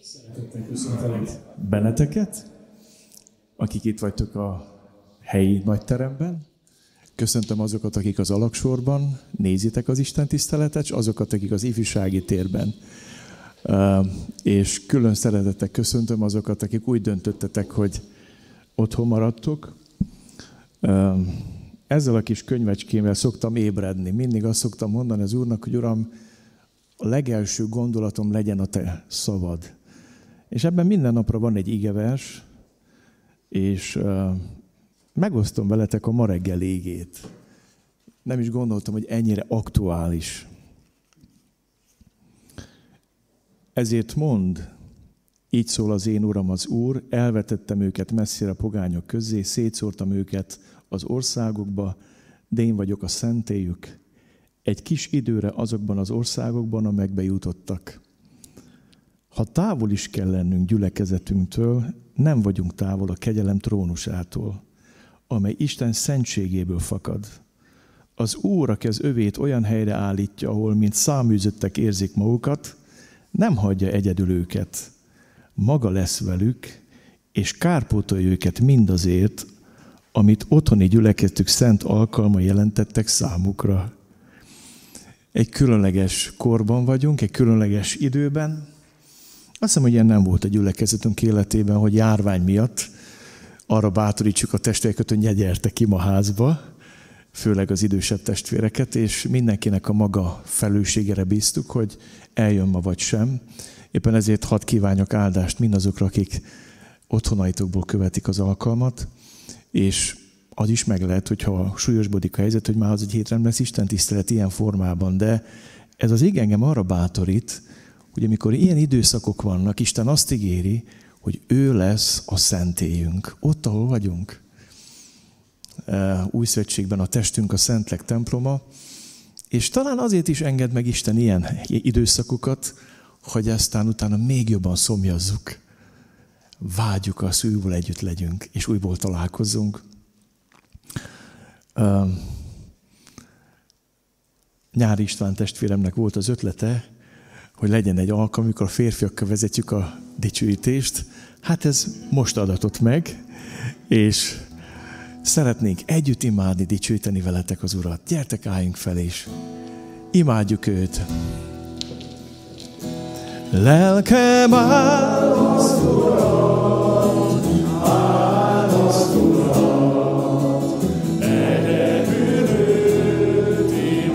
Szeretettel köszöntelek benneteket, akik itt vagytok a helyi nagyteremben. Köszöntöm azokat, akik az alagsorban nézitek az Isten tiszteletet, és azokat, akik az ifjúsági térben. És külön szeretettel köszöntöm azokat, akik úgy döntöttetek, hogy otthon maradtok. Ezzel a kis könyvecskémmel szoktam ébredni. Mindig azt szoktam mondani az Úrnak, hogy Uram, a legelső gondolatom legyen a Te szavad. És ebben minden napra van egy igevers, és megosztom veletek a ma reggel égét. Nem is gondoltam, hogy ennyire aktuális. Ezért mondd, így szól az én Uram az Úr, elvetettem őket messzire a pogányok közé, szétszórtam őket az országokba, de én vagyok a szentélyük. Egy kis időre azokban az országokban, amelyekbe jutottak. Ha távol is kell lennünk gyülekezetünktől, nem vagyunk távol a kegyelem trónusától, amely Isten szentségéből fakad. Az Úr, aki az övét olyan helyre állítja, ahol mint száműzöttek érzik magukat, nem hagyja egyedül őket. Maga lesz velük, és kárpótolja őket mindazért, amit otthoni gyülekezetük szent alkalma jelentettek számukra. Egy különleges korban vagyunk, egy különleges időben. Azt hiszem, hogy ilyen nem volt a gyülekezetünk életében, hogy járvány miatt arra bátorítsuk a testvéreket, hogy ne gyertek ki ma házba, főleg az idősebb testvéreket, és mindenkinek a maga felelősségére bíztuk, hogy eljön ma vagy sem. Éppen ezért hadd kívánjak áldást mindazokra, akik otthonaitokból követik az alkalmat, és az is meg lehet, hogyha súlyosbodik a helyzet, hogy már az egy hétre nem lesz Isten tisztelet ilyen formában, de ez az ige engem arra bátorít, hogy amikor ilyen időszakok vannak, Isten azt ígéri, hogy ő lesz a szentélyünk, ott, ahol vagyunk. Új szövetségben a testünk a Szentlélek temploma, és talán azért is enged meg Isten ilyen időszakokat, hogy aztán utána még jobban szomjazzuk. Vágyjuk azt, hogy újból együtt legyünk, és újból találkozzunk. Nyári István testvéremnek volt az ötlete, hogy legyen egy alkalom, amikor a férfiakkal vezetjük a dicsőítést. Hát ez most adatott meg, és szeretnénk együtt imádni, dicsőíteni veletek az Urat. Gyertek, álljunk fel, és imádjuk őt. Lelkem áldozd Urat, áldozd Urat, egyedül őt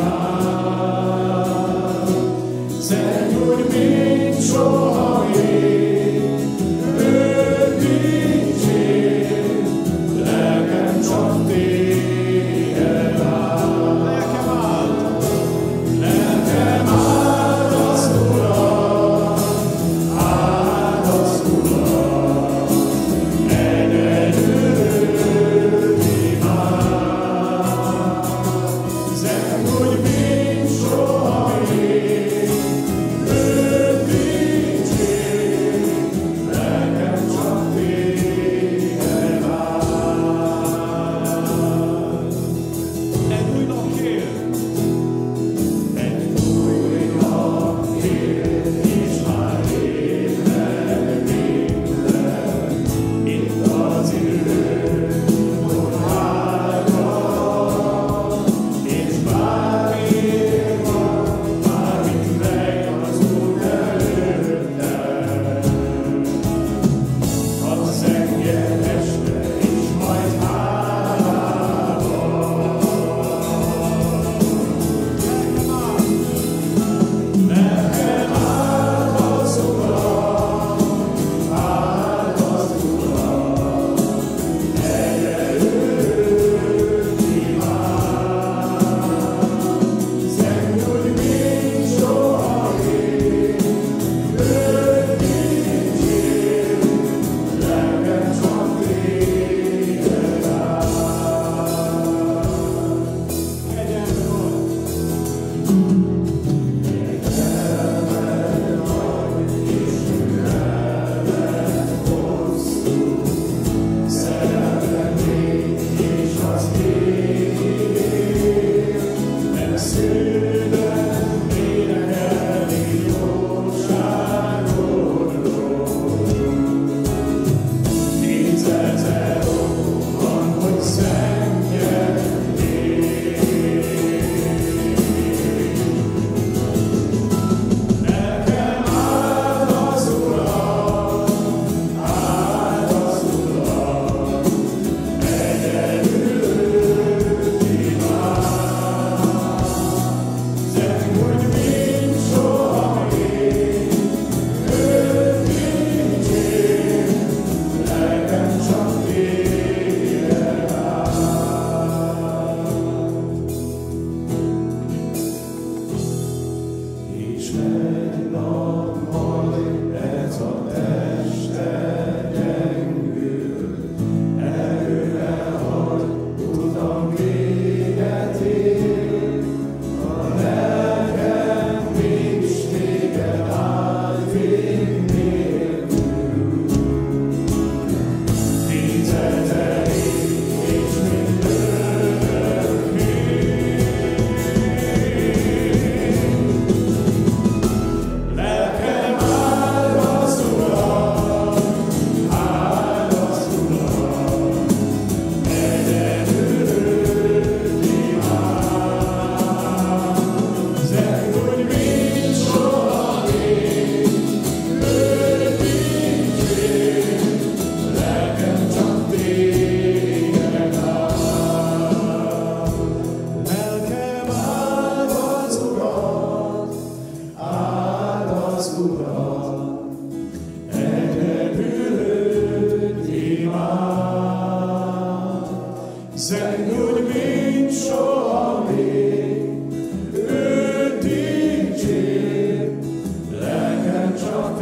imád. Szent Úr, mint soha ég, őt dicsérd, lelkem csak téged áld. Lelkem áldozd Urat, áldozd Urat.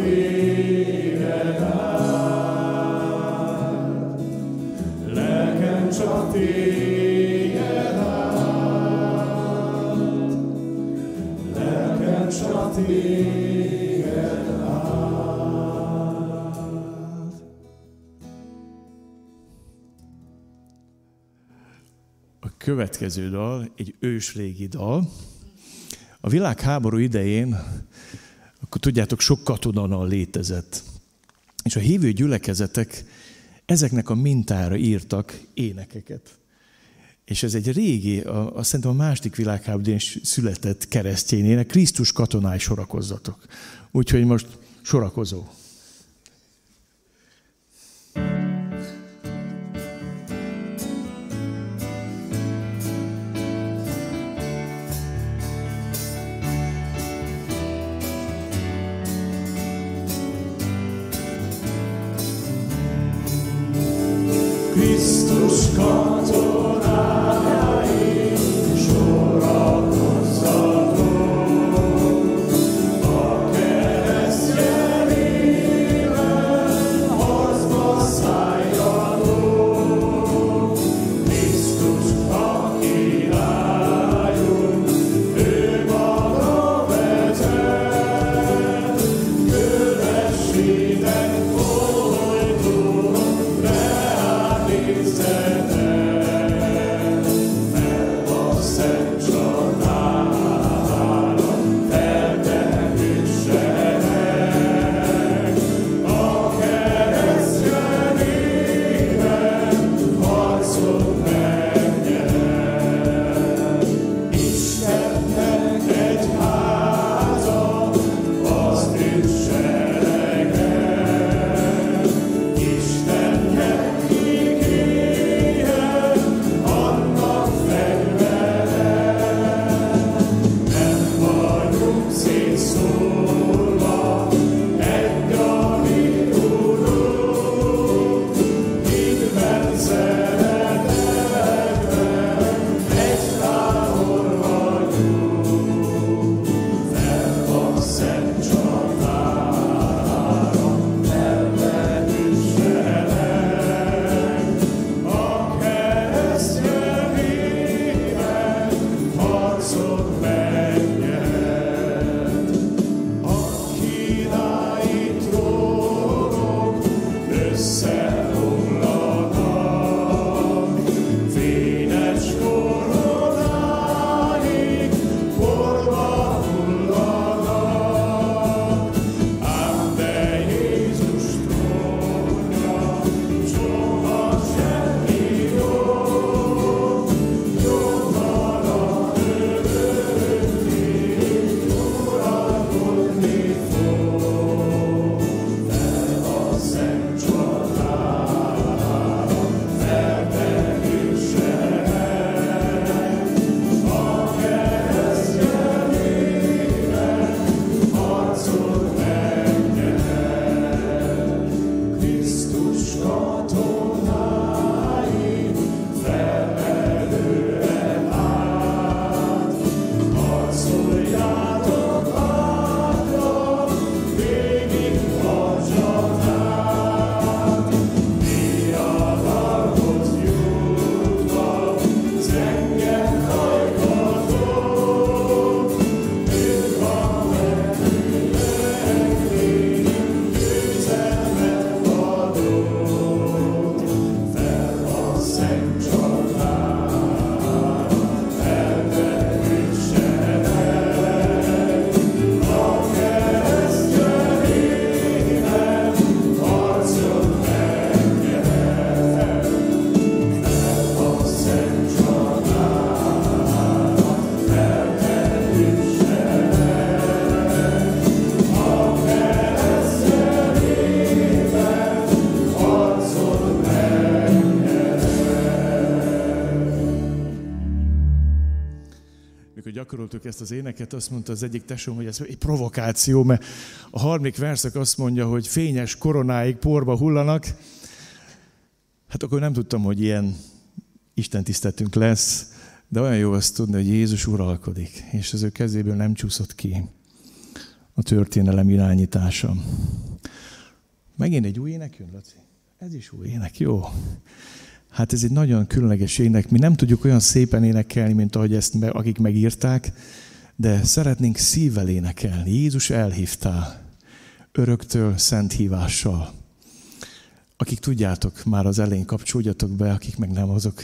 téged áll, lelkem csak téged áll, lelkem csak téged áll. A következő dal egy ősrégi dal. A világháború idején, akkor tudjátok, sok katonanal létezett. És a hívő gyülekezetek ezeknek a mintára írtak énekeket. És ez egy régi, azt szerintem a második világháborúban született keresztény ének, Krisztus katonái sorakozzatok. Úgyhogy most sorakozó. Krisztus katonái sorakozzatok, a kereszt jelével harcba szálljatok. Krisztus a királyunk, ő maga vezet, kövessétek folyton, gyakoroltuk ezt az éneket, azt mondta az egyik tesóm, hogy ez egy provokáció, mert a harmadik verszak azt mondja, hogy fényes koronáig porba hullanak. Hát akkor nem tudtam, hogy ilyen istentiszteletünk lesz, de olyan jó azt tudni, hogy Jézus uralkodik, és az ő kezéből nem csúszott ki. a történelem irányítása. Megint egy új ének jön, Laci? Ez is új ének, jó. Hát ez egy nagyon különleges ének. Mi nem tudjuk olyan szépen énekelni, mint ahogy ezt akik megírták, de szeretnénk szívvel énekelni. Jézus elhívtál öröktől szent hívással. Akik tudjátok, már az elején kapcsoljatok be, akik meg nem, azok...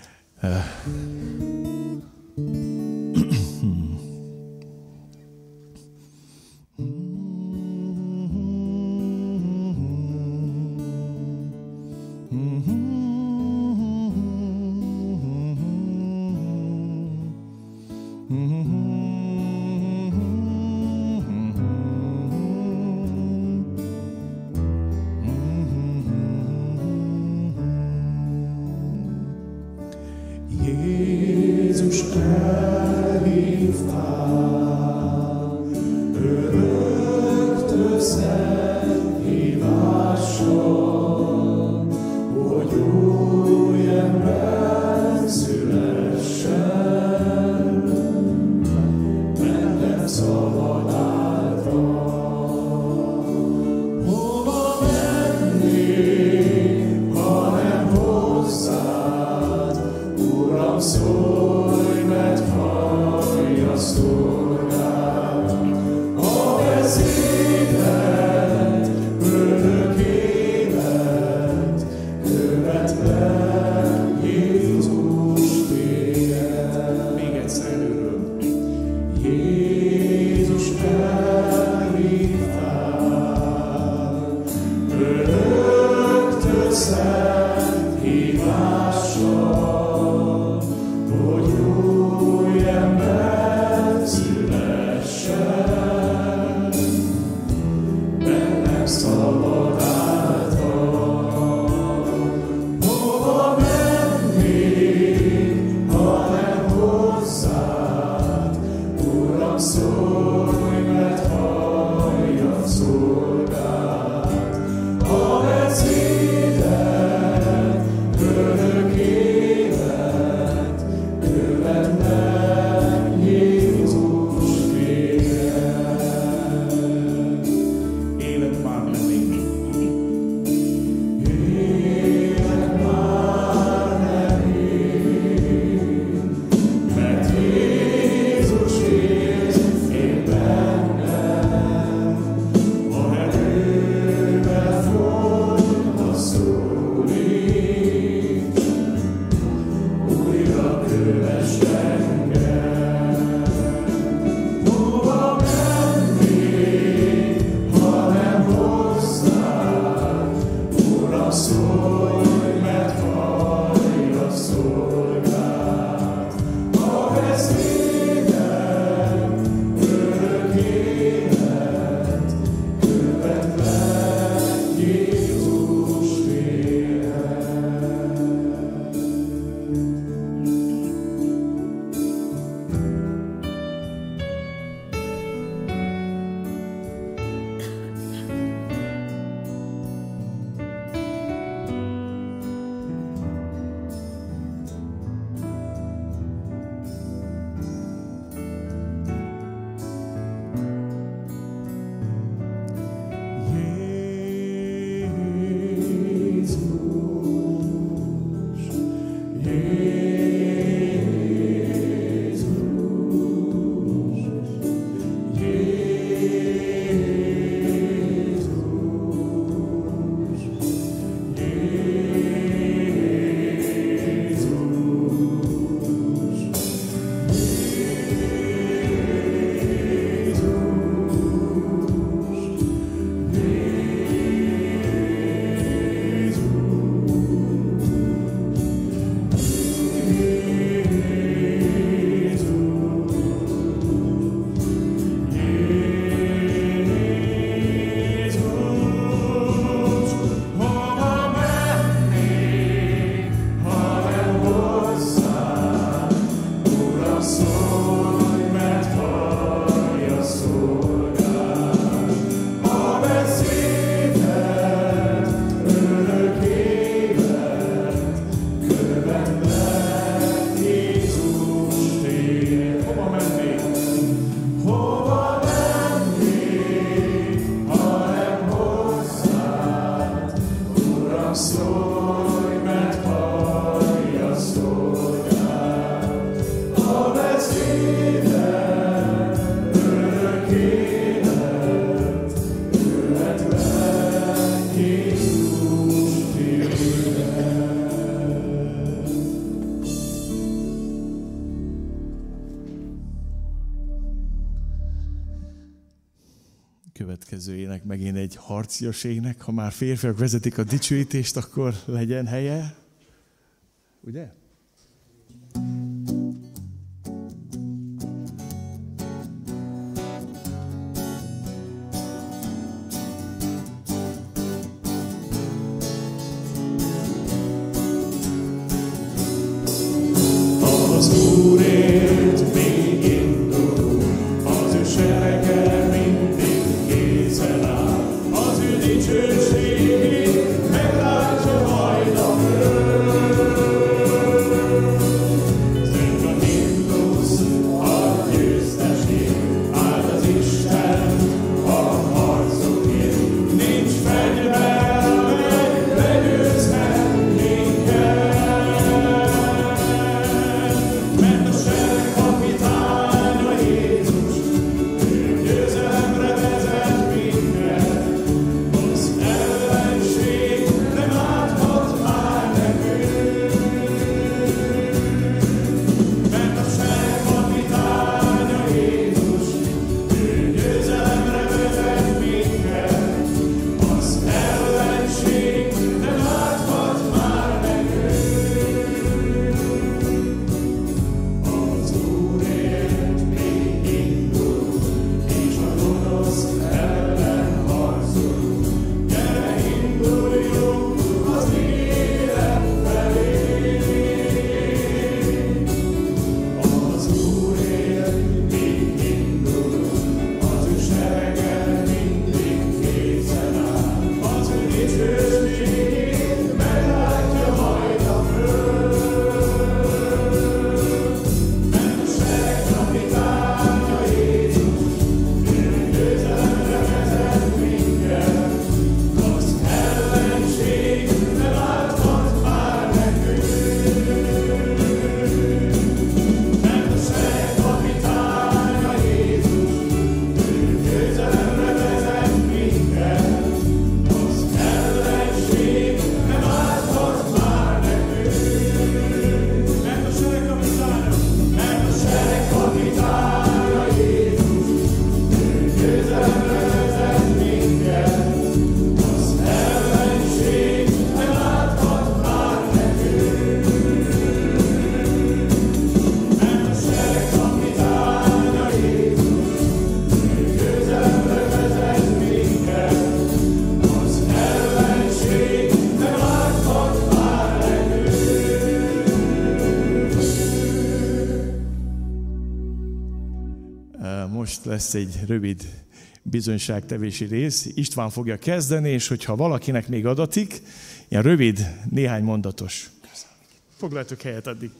Jézus elhívtál, öröktől szent hívással, hogy új ember szülessen, benned szabad által. Hova mennék, ha nem hozzád, Uram, szólj, mert hallja szolgád. A beszédet, örök élet, követlek Jézus téged. Még egyszer előről. Jézus elhívtál, öröktől szent hívással, hogy új ember szülessen, bennem szabad által. Hova mennék, ha nem hozzád, Uram, szólj, mert halljak szolgád. A beszédet, örök élet, követlek Jézus téged. Élet már lennék. következő ének megint egy harcias ének. Ha már férfiak vezetik a dicsőítést, akkor legyen helye. Ugye? Az Úrért még indul, az ő serege mindig készen áll. Az ő dicsőségét meglátja majd a föld. Zeng a himnusz, a győzteség, áld az Isten a harcokért. Nincs fegyver, mely legyőzhet minket. Most lesz egy rövid bizonyságtevési rész. István fogja kezdeni, és hogyha valakinek még adatik, ilyen rövid, néhány mondatos. Foglaltok helyet addig.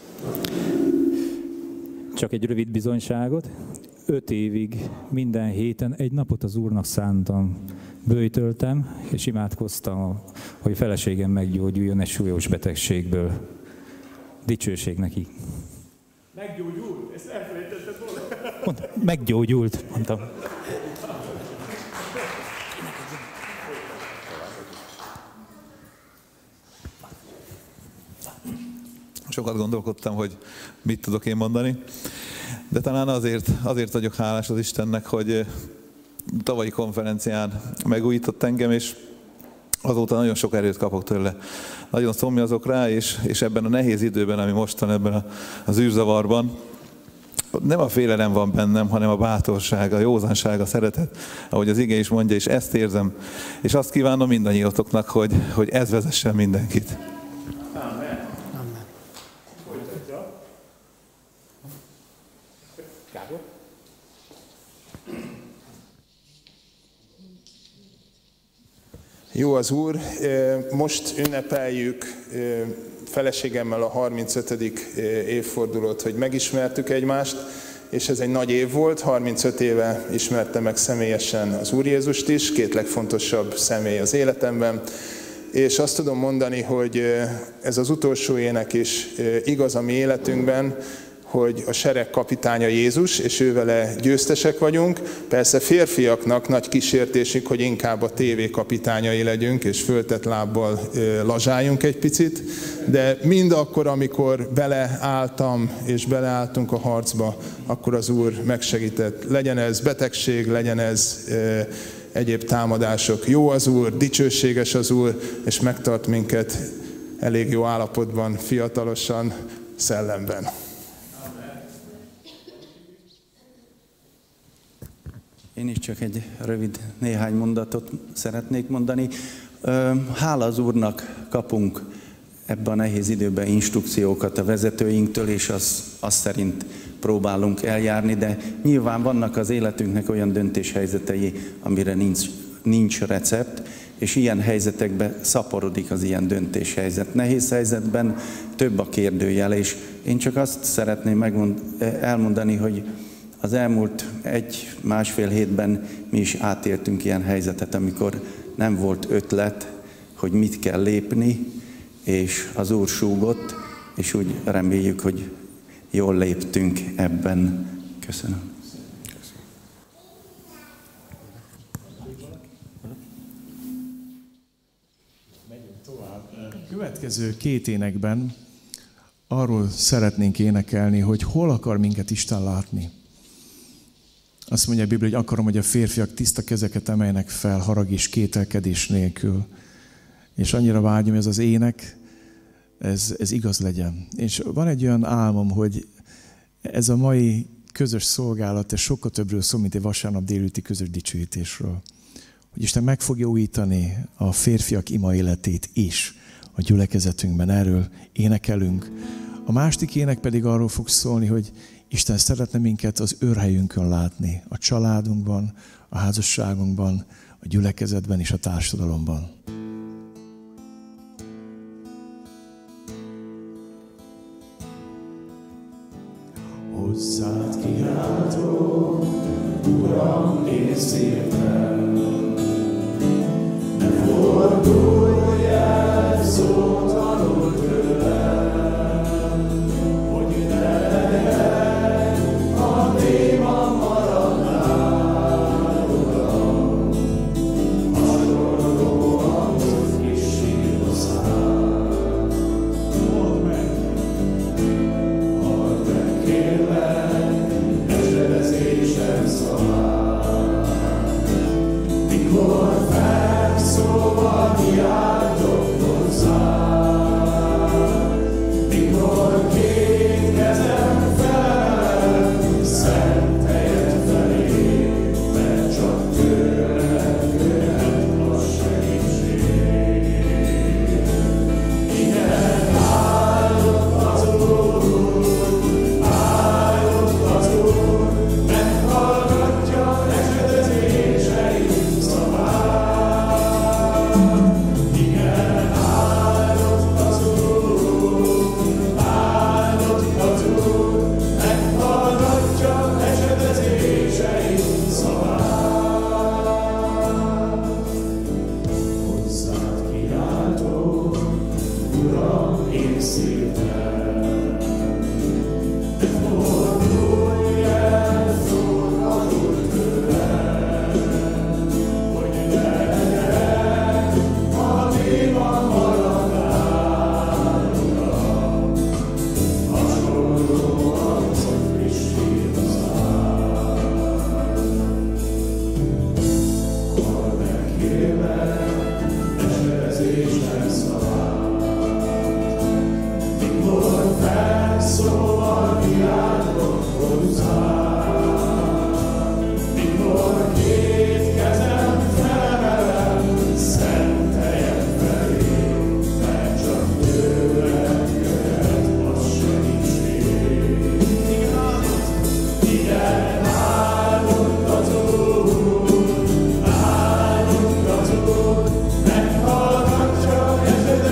Csak egy rövid bizonyságot. 5 évig minden héten egy napot az Úrnak szántam. Böjtöltem, és imádkoztam, hogy feleségem meggyógyuljon egy súlyos betegségből. Dicsőség neki. Meggyógyult? Ezt elfelejtetted volna? Meggyógyult, mondtam. Sokat gondolkodtam, hogy mit tudok én mondani, de talán azért vagyok hálás az Istennek, hogy tavalyi konferencián megújított engem, és azóta nagyon sok erőt kapok tőle. Nagyon szomjazok rá, és ebben a nehéz időben, ami most van ebben az űrzavarban, nem a félelem van bennem, hanem a bátorság, a józanság, a szeretet, ahogy az ige is mondja, és ezt érzem. És azt kívánom mindannyiatoknak, hogy ez vezessen mindenkit. Amen. Amen. Folytatja. Gábor? Jó az Úr, most ünnepeljük feleségemmel a 35. évfordulót, hogy megismertük egymást, és ez egy nagy év volt, 35 éve ismertem meg személyesen az Úr Jézust is, 2 legfontosabb személy az életemben, és azt tudom mondani, hogy ez az utolsó ének is igaz a mi életünkben, hogy a sereg kapitánya Jézus, és ővele győztesek vagyunk. Persze férfiaknak nagy kísértésük, hogy inkább a tévé kapitányai legyünk, és föltett lábbal lazsáljunk egy picit, de mind akkor, amikor beleálltam, és beleálltunk a harcba, akkor az Úr megsegített. Legyen ez betegség, legyen ez egyéb támadások. Jó az Úr, dicsőséges az Úr, és megtart minket elég jó állapotban, fiatalosan, szellemben. Én is csak egy rövid néhány mondatot szeretnék mondani. Hála az Úrnak, kapunk ebben a nehéz időben instrukciókat a vezetőinktől, és azt szerint próbálunk eljárni, de nyilván vannak az életünknek olyan döntéshelyzetei, amire nincs recept, és ilyen helyzetekben szaporodik az ilyen döntéshelyzet. Nehéz helyzetben több a kérdőjel, és én csak azt szeretném elmondani, hogy az elmúlt 1-1,5 hétben mi is átéltünk ilyen helyzetet, amikor nem volt ötlet, hogy mit kell lépni, és az Úr súgott, és úgy reméljük, hogy jól léptünk ebben. Köszönöm. Következő 2 énekben arról szeretnénk énekelni, hogy hol akar minket Isten látni. Azt mondja a Biblia, hogy akarom, hogy a férfiak tiszta kezeket emeljenek fel, harag és kételkedés nélkül. És annyira vágyom, hogy ez az ének, ez igaz legyen. És van egy olyan álmom, hogy ez a mai közös szolgálat, ez sokkal többről szól, mint egy vasárnap délőtti közös dicsőítésről. Hogy Isten meg fogja újítani a férfiak ima életét is a gyülekezetünkben, erről énekelünk. A másik ének pedig arról fog szólni, hogy Isten szeretne minket az őrhelyünkön látni, a családunkban, a házasságunkban, a gyülekezetben és a társadalomban. Hozzád kiáltok, Uram, én szívem, ne fordulj el, szótlanul tőlem, hogy ne legyen a téma maradnál, Uram, hasonló ahhoz kis sírozál. Mondd meg, kérlek, esedezésem szavát, mikor felszóval kiáltok hozzád, mikor két kezem felemelem, szent helyed felé, mert csak tőled jöhet a segítség. Igen, áldott az Úr, meghallgatja esedezéseim szavát. Igen, áldott az Úr, meghallgatja esedezéseim szavát. Hozzád kiáltok, Uram, én szívem, de fordulj el, szótlanul tőlem, hogy ne legyen a téma maradnál, Uram, hasonló ahhoz, hogy friss hírozál. Halld meg, kérlek, esedezésem szavát, mikor felszólal kiáltok hozzád, mikor két kezem felemelem, szent helyed felé, mert csak tőled jöhet a segítség. Igen, áldott az Úr, meghallgatja esedezésem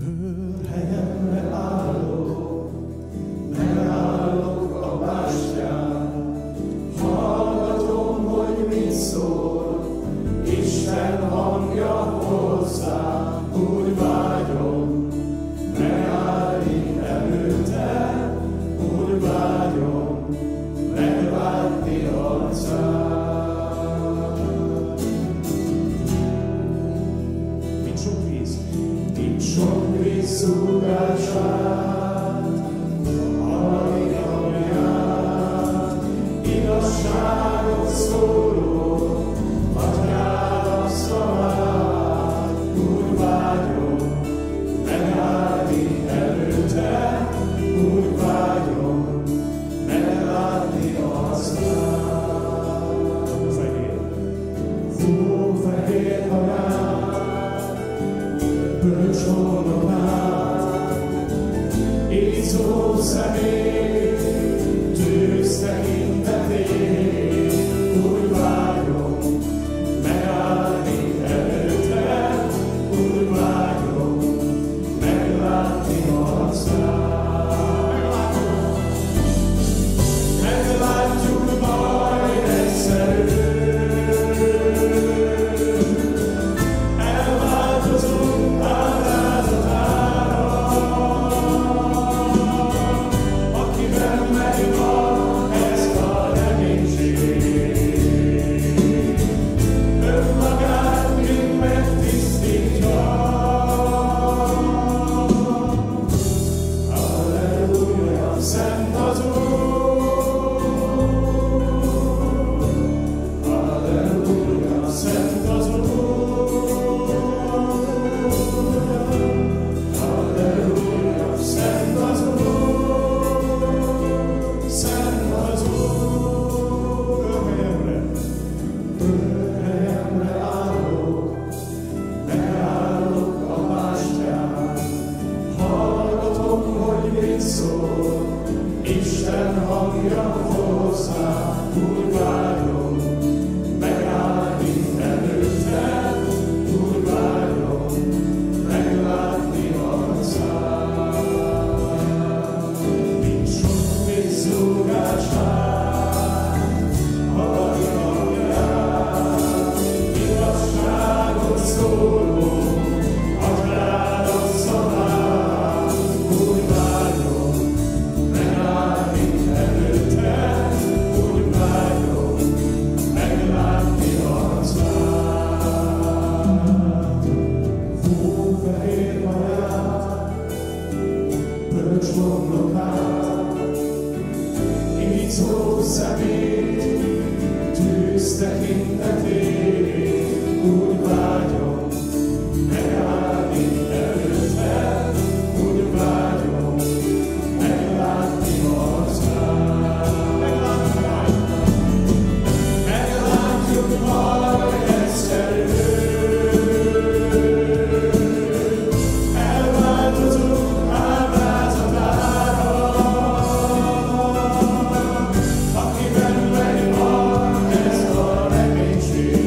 Akiben megvan ez a reménység,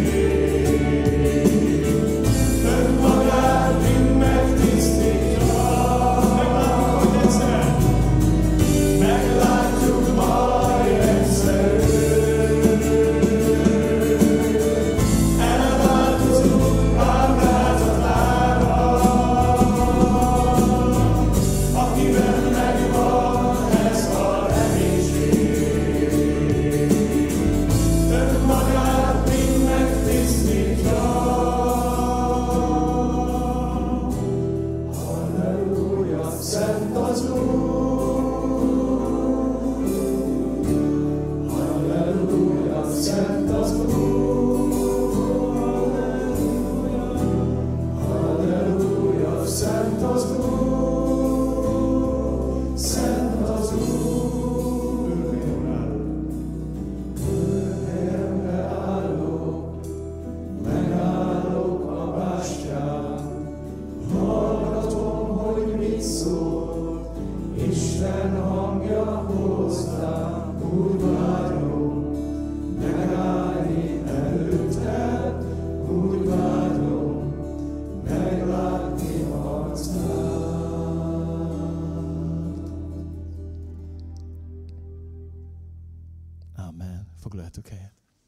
Foglaljatok helyet.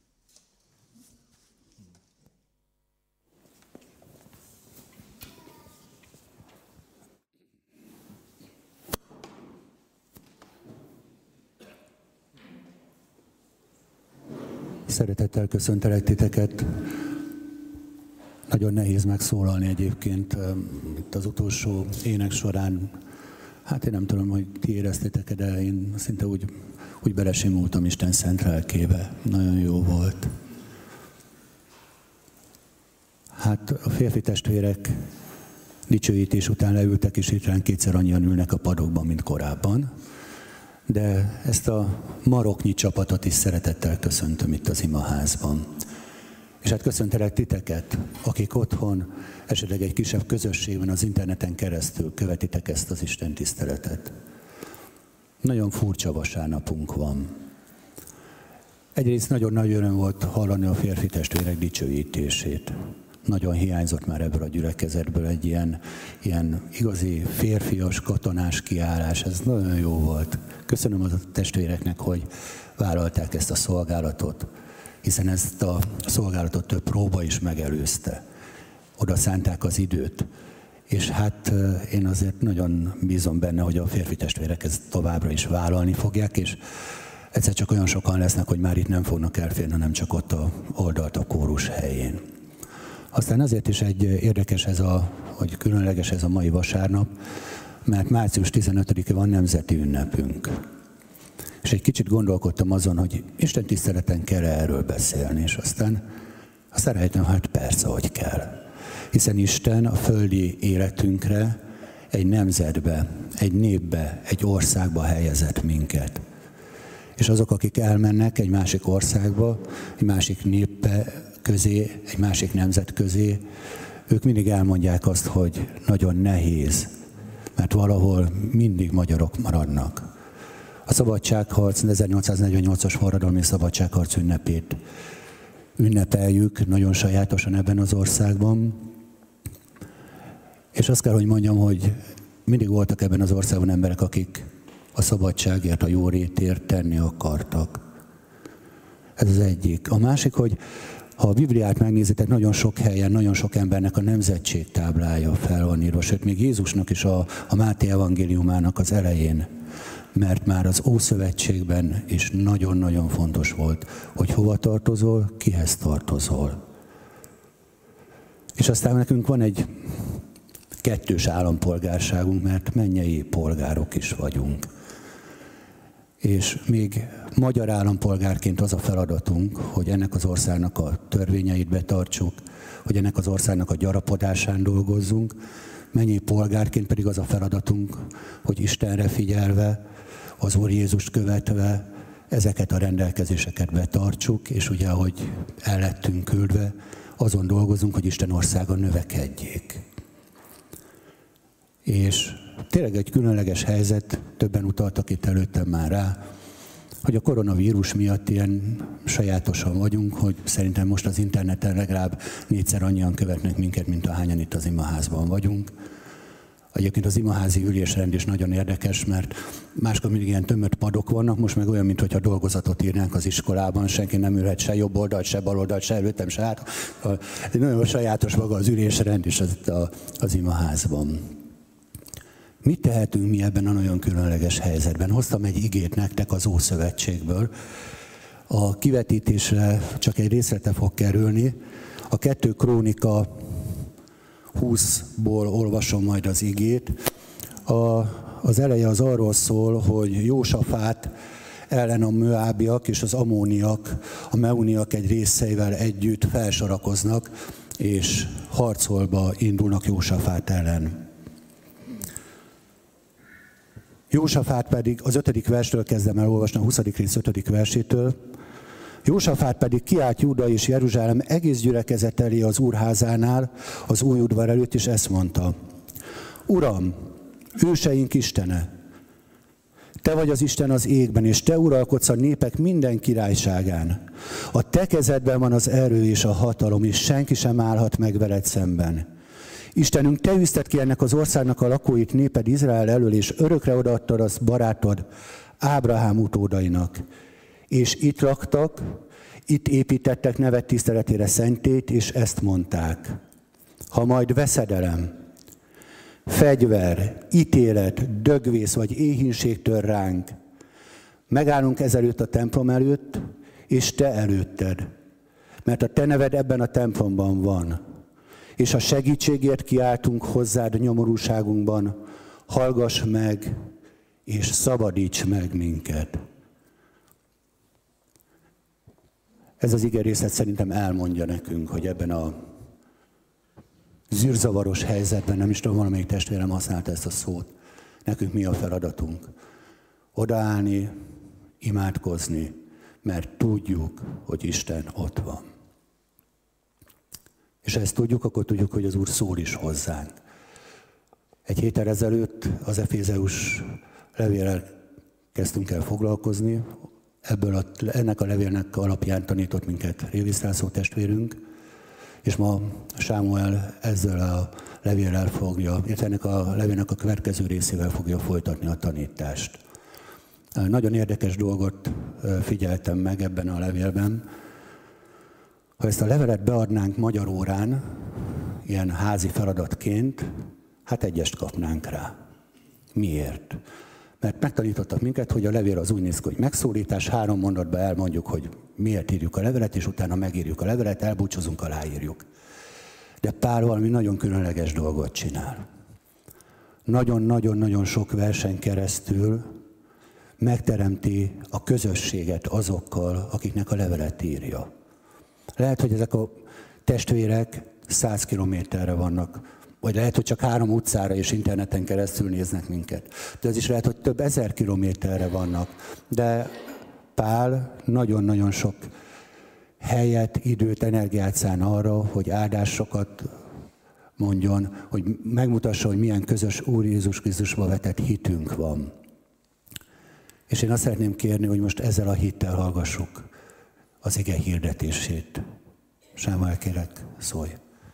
Szeretettel köszöntelek titeket. Nagyon nehéz megszólalni egyébként itt az utolsó ének során. Hát én nem tudom, hogy ti éreztétek, de én szinte úgy belesimultam Isten szent lelkébe. Nagyon jó volt. Hát a férfi testvérek dicsőítés után leültek, és itt ránk kétszer annyian ülnek a padokban, mint korábban. De ezt a maroknyi csapatot is szeretettel köszöntöm itt az imaházban. És hát köszöntelek titeket, akik otthon, esetleg egy kisebb közösségben az interneten keresztül követitek ezt az Isten tiszteletet. Nagyon furcsa vasárnapunk van. Egyrészt nagyon nagy öröm volt hallani a férfi testvérek dicsőítését. Nagyon hiányzott már ebből a gyülekezetből egy ilyen igazi férfias, katonás kiállás. Ez nagyon jó volt. Köszönöm a testvéreknek, hogy vállalták ezt a szolgálatot, hiszen ezt a szolgálatot több próba is megelőzte. Oda szánták az időt. És hát én azért nagyon bízom benne, hogy a férfi testvérek ezt továbbra is vállalni fogják, és egyszer csak olyan sokan lesznek, hogy már itt nem fognak elférni, hanem csak ott oldalt a kórus helyén. Aztán azért is egy érdekes hogy különleges ez a mai vasárnap, mert március 15-e van nemzeti ünnepünk. És egy kicsit gondolkodtam azon, hogy Isten tiszteleten kell erről beszélni, és aztán rájöttem, hát persze, hogy kell. Hiszen Isten a földi életünkre egy nemzetbe, egy népbe, egy országba helyezett minket. És azok, akik elmennek egy másik országba, egy másik népbe közé, egy másik nemzet közé, ők mindig elmondják azt, hogy nagyon nehéz, mert valahol mindig magyarok maradnak. A szabadságharc, 1848-as forradalmi szabadságharc ünnepét ünnepeljük nagyon sajátosan ebben az országban. És azt kell, hogy mondjam, hogy mindig voltak ebben az országban emberek, akik a szabadságért, a jólétért tenni akartak. Ez az egyik. A másik, hogy ha a Bibliát megnézitek, nagyon sok helyen, nagyon sok embernek a nemzetségtáblája fel van írva, sőt, még Jézusnak is a Máté evangéliumának az elején, mert már az Ószövetségben is nagyon-nagyon fontos volt, hogy hova tartozol, kihez tartozol. És aztán nekünk van egy kettős állampolgárságunk, mert mennyei polgárok is vagyunk. És még magyar állampolgárként az a feladatunk, hogy ennek az országnak a törvényeit betartsuk, hogy ennek az országnak a gyarapodásán dolgozzunk, mennyei polgárként pedig az a feladatunk, hogy Istenre figyelve, az Úr Jézust követve ezeket a rendelkezéseket betartsuk, és ugye, ahogy el lettünk küldve, azon dolgozunk, hogy Isten országa növekedjék. És tényleg egy különleges helyzet, többen utaltak itt előttem már rá, hogy a koronavírus miatt ilyen sajátosan vagyunk, hogy szerintem most az interneten legalább 4-szer annyian követnek minket, mint ahányan itt az imaházban vagyunk. Egyébként az imaházi ülésrend is nagyon érdekes, mert máskor mindig ilyen tömött padok vannak, most meg olyan, mintha dolgozatot írnánk az iskolában, senki nem ülhet se jobb oldalt, se bal oldalt, se előttem, se hát. Nagyon sajátos maga az ülésrend is az imaházban. Mit tehetünk mi ebben a nagyon különleges helyzetben? Hoztam egy igét nektek az Ószövetségből. A kivetítésre csak egy részlete fog kerülni. A 2 Krónika 20-ból olvasom majd az igét. Az eleje az arról szól, hogy Jósafát ellen a moábiak és az ammóniak, a meuniak egy részeivel együtt felsorakoznak, és harcolba indulnak Jósafát ellen. Jósafát pedig, az 5. verstől kezdem el olvasni, a 20. rész 5. versétől. Jósafát pedig kiállt Júda és Jeruzsálem egész gyülekezet elé az Úr házánál, az új udvar előtt, és ezt mondta: Uram, őseink Istene, Te vagy az Isten az égben, és Te uralkodsz a népek minden királyságán. A Te kezedben van az erő és a hatalom, és senki sem állhat meg veled szemben. Istenünk, Te űzted ki ennek az országnak a lakóit néped Izrael elől, és örökre odaadtad azt barátod Ábrahám utódainak. És itt laktak, itt építettek nevet tiszteletére szentét, és ezt mondták. Ha majd veszedelem, fegyver, ítélet, dögvész vagy éhínség tör ránk, megállunk ezelőtt a templom előtt, és te előtted, mert a te neved ebben a templomban van. És ha segítségért kiáltunk hozzád nyomorúságunkban, hallgass meg, és szabadíts meg minket. Ez az igerészlet szerintem elmondja nekünk, hogy ebben a zűrzavaros helyzetben, nem is tudom, valamelyik testvérem használta ezt a szót, nekünk mi a feladatunk? Odaállni, imádkozni, mert tudjuk, hogy Isten ott van. És ha ezt tudjuk, akkor tudjuk, hogy az Úr szól is hozzánk. Egy héttel ezelőtt az Efézeus levéllel kezdtünk el foglalkozni, ennek a levélnek alapján tanított minket Révész László testvérünk, és ma Sámuel ezzel a levéllel fogja, ennek a levélnek a következő részével fogja folytatni a tanítást. Nagyon érdekes dolgot figyeltem meg ebben a levélben. Ha ezt a levelet beadnánk magyar órán, ilyen házi feladatként, hát egyest kapnánk rá. Miért? Mert megtanítottak minket, hogy a levél az úgy néz ki, hogy megszólítás, 3 mondatban elmondjuk, hogy miért írjuk a levelet, és utána megírjuk a levelet, elbúcsúzunk, aláírjuk. De Pál valami nagyon különleges dolgot csinál. Nagyon-nagyon-nagyon sok versen keresztül megteremti a közösséget azokkal, akiknek a levelet írja. Lehet, hogy ezek a testvérek 100 kilométerre vannak, vagy lehet, hogy csak 3 utcára és interneten keresztül néznek minket. De az is lehet, hogy több 1000 kilométerre vannak. De Pál nagyon-nagyon sok helyet, időt, energiát szán arra, hogy áldásokat mondjon, hogy megmutassa, hogy milyen közös Úr Jézus Krisztusba vetett hitünk van. És én azt szeretném kérni, hogy most ezzel a hittel hallgassuk az ige hirdetését. Sámuel, kérlek, szólj!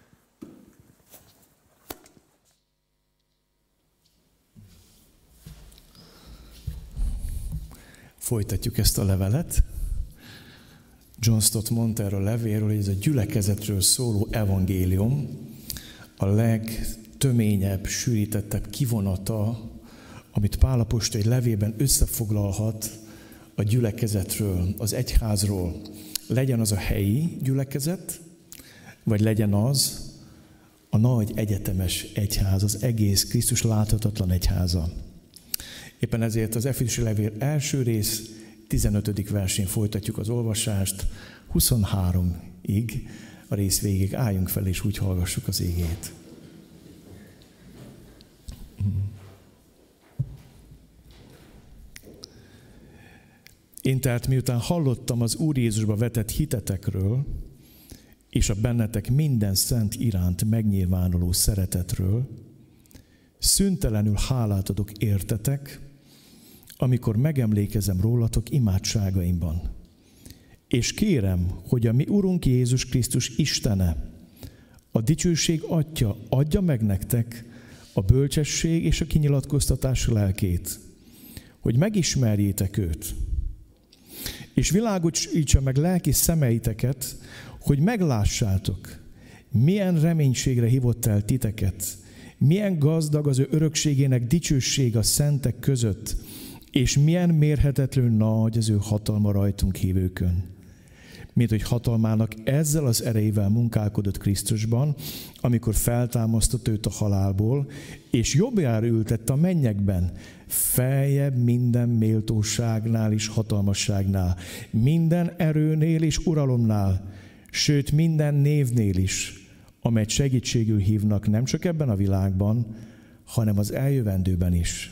Folytatjuk ezt a levelet. John Stott mondta erről a levélről, hogy ez a gyülekezetről szóló evangélium a legtöményebb, sűrítettebb kivonata, amit Pál apostol egy levélben összefoglalhat a gyülekezetről, az egyházról. Legyen az a helyi gyülekezet, vagy legyen az a nagy egyetemes egyház, az egész Krisztus láthatatlan egyháza. Éppen ezért az Efézusi levél első rész 15. versén folytatjuk az olvasást, 23-ig, a rész végig álljunk fel, és úgy hallgassuk az igét. Én tehát miután hallottam az Úr Jézusba vetett hitetekről, és a bennetek minden szent iránt megnyilvánuló szeretetről, szüntelenül hálát adok értetek, amikor megemlékezem rólatok imádságaimban. És kérem, hogy a mi Urunk Jézus Krisztus Istene, a dicsőség Atya adja meg nektek a bölcsesség és a kinyilatkoztatás lelkét, hogy megismerjétek őt, és világosítsa meg lelki szemeiteket, hogy meglássátok, milyen reménységre hívott el titeket, milyen gazdag az ő örökségének dicsőség a szentek között, és milyen mérhetetlenül nagy az ő hatalma rajtunk hívőkön. Mint hogy hatalmának ezzel az erejével munkálkodott Krisztusban, amikor feltámasztott őt a halálból, és jobbjára ültette a mennyekben, feljebb minden méltóságnál és hatalmasságnál, minden erőnél és uralomnál, sőt minden névnél is, amelyet segítségül hívnak nem csak ebben a világban, hanem az eljövendőben is.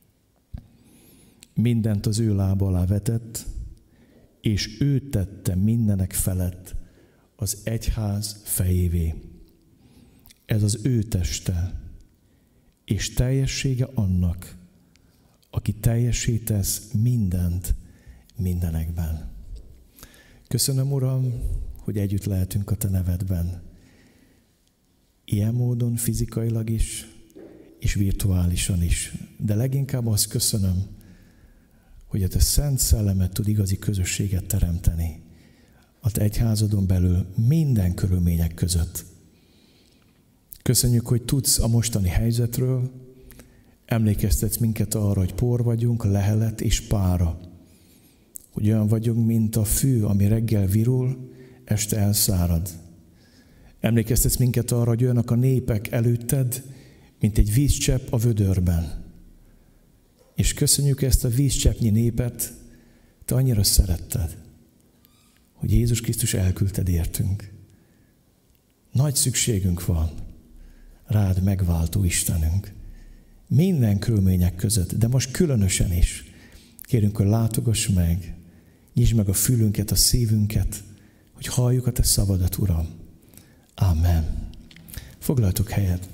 Mindent az ő lába alá vetett, és ő tette mindenek felett az egyház fejévé. Ez az ő teste, és teljessége annak, aki teljessé tesz mindent mindenekben. Köszönöm, Uram, hogy együtt lehetünk a Te nevedben. Ilyen módon fizikailag is, és virtuálisan is. De leginkább azt köszönöm, hogy a te szent szellemed tud igazi közösséget teremteni a te egyházadon belül minden körülmények között. Köszönjük, hogy tudsz a mostani helyzetről, emlékeztetsz minket arra, hogy por vagyunk, lehelet és pára. Hogy olyan vagyunk, mint a fű, ami reggel virul, este elszárad. Emlékeztetsz minket arra, hogy olyanok a népek előtted, mint egy vízcsepp a vödörben. És köszönjük ezt a vízcseppnyi népet, te annyira szeretted, hogy Jézus Krisztus elküldted értünk. Nagy szükségünk van rád, megváltó Istenünk. Minden körülmények között, de most különösen is. Kérünk, hogy látogass meg, nyisd meg a fülünket, a szívünket, hogy halljuk a te szavadat, Uram. Amen. Foglaltuk helyet.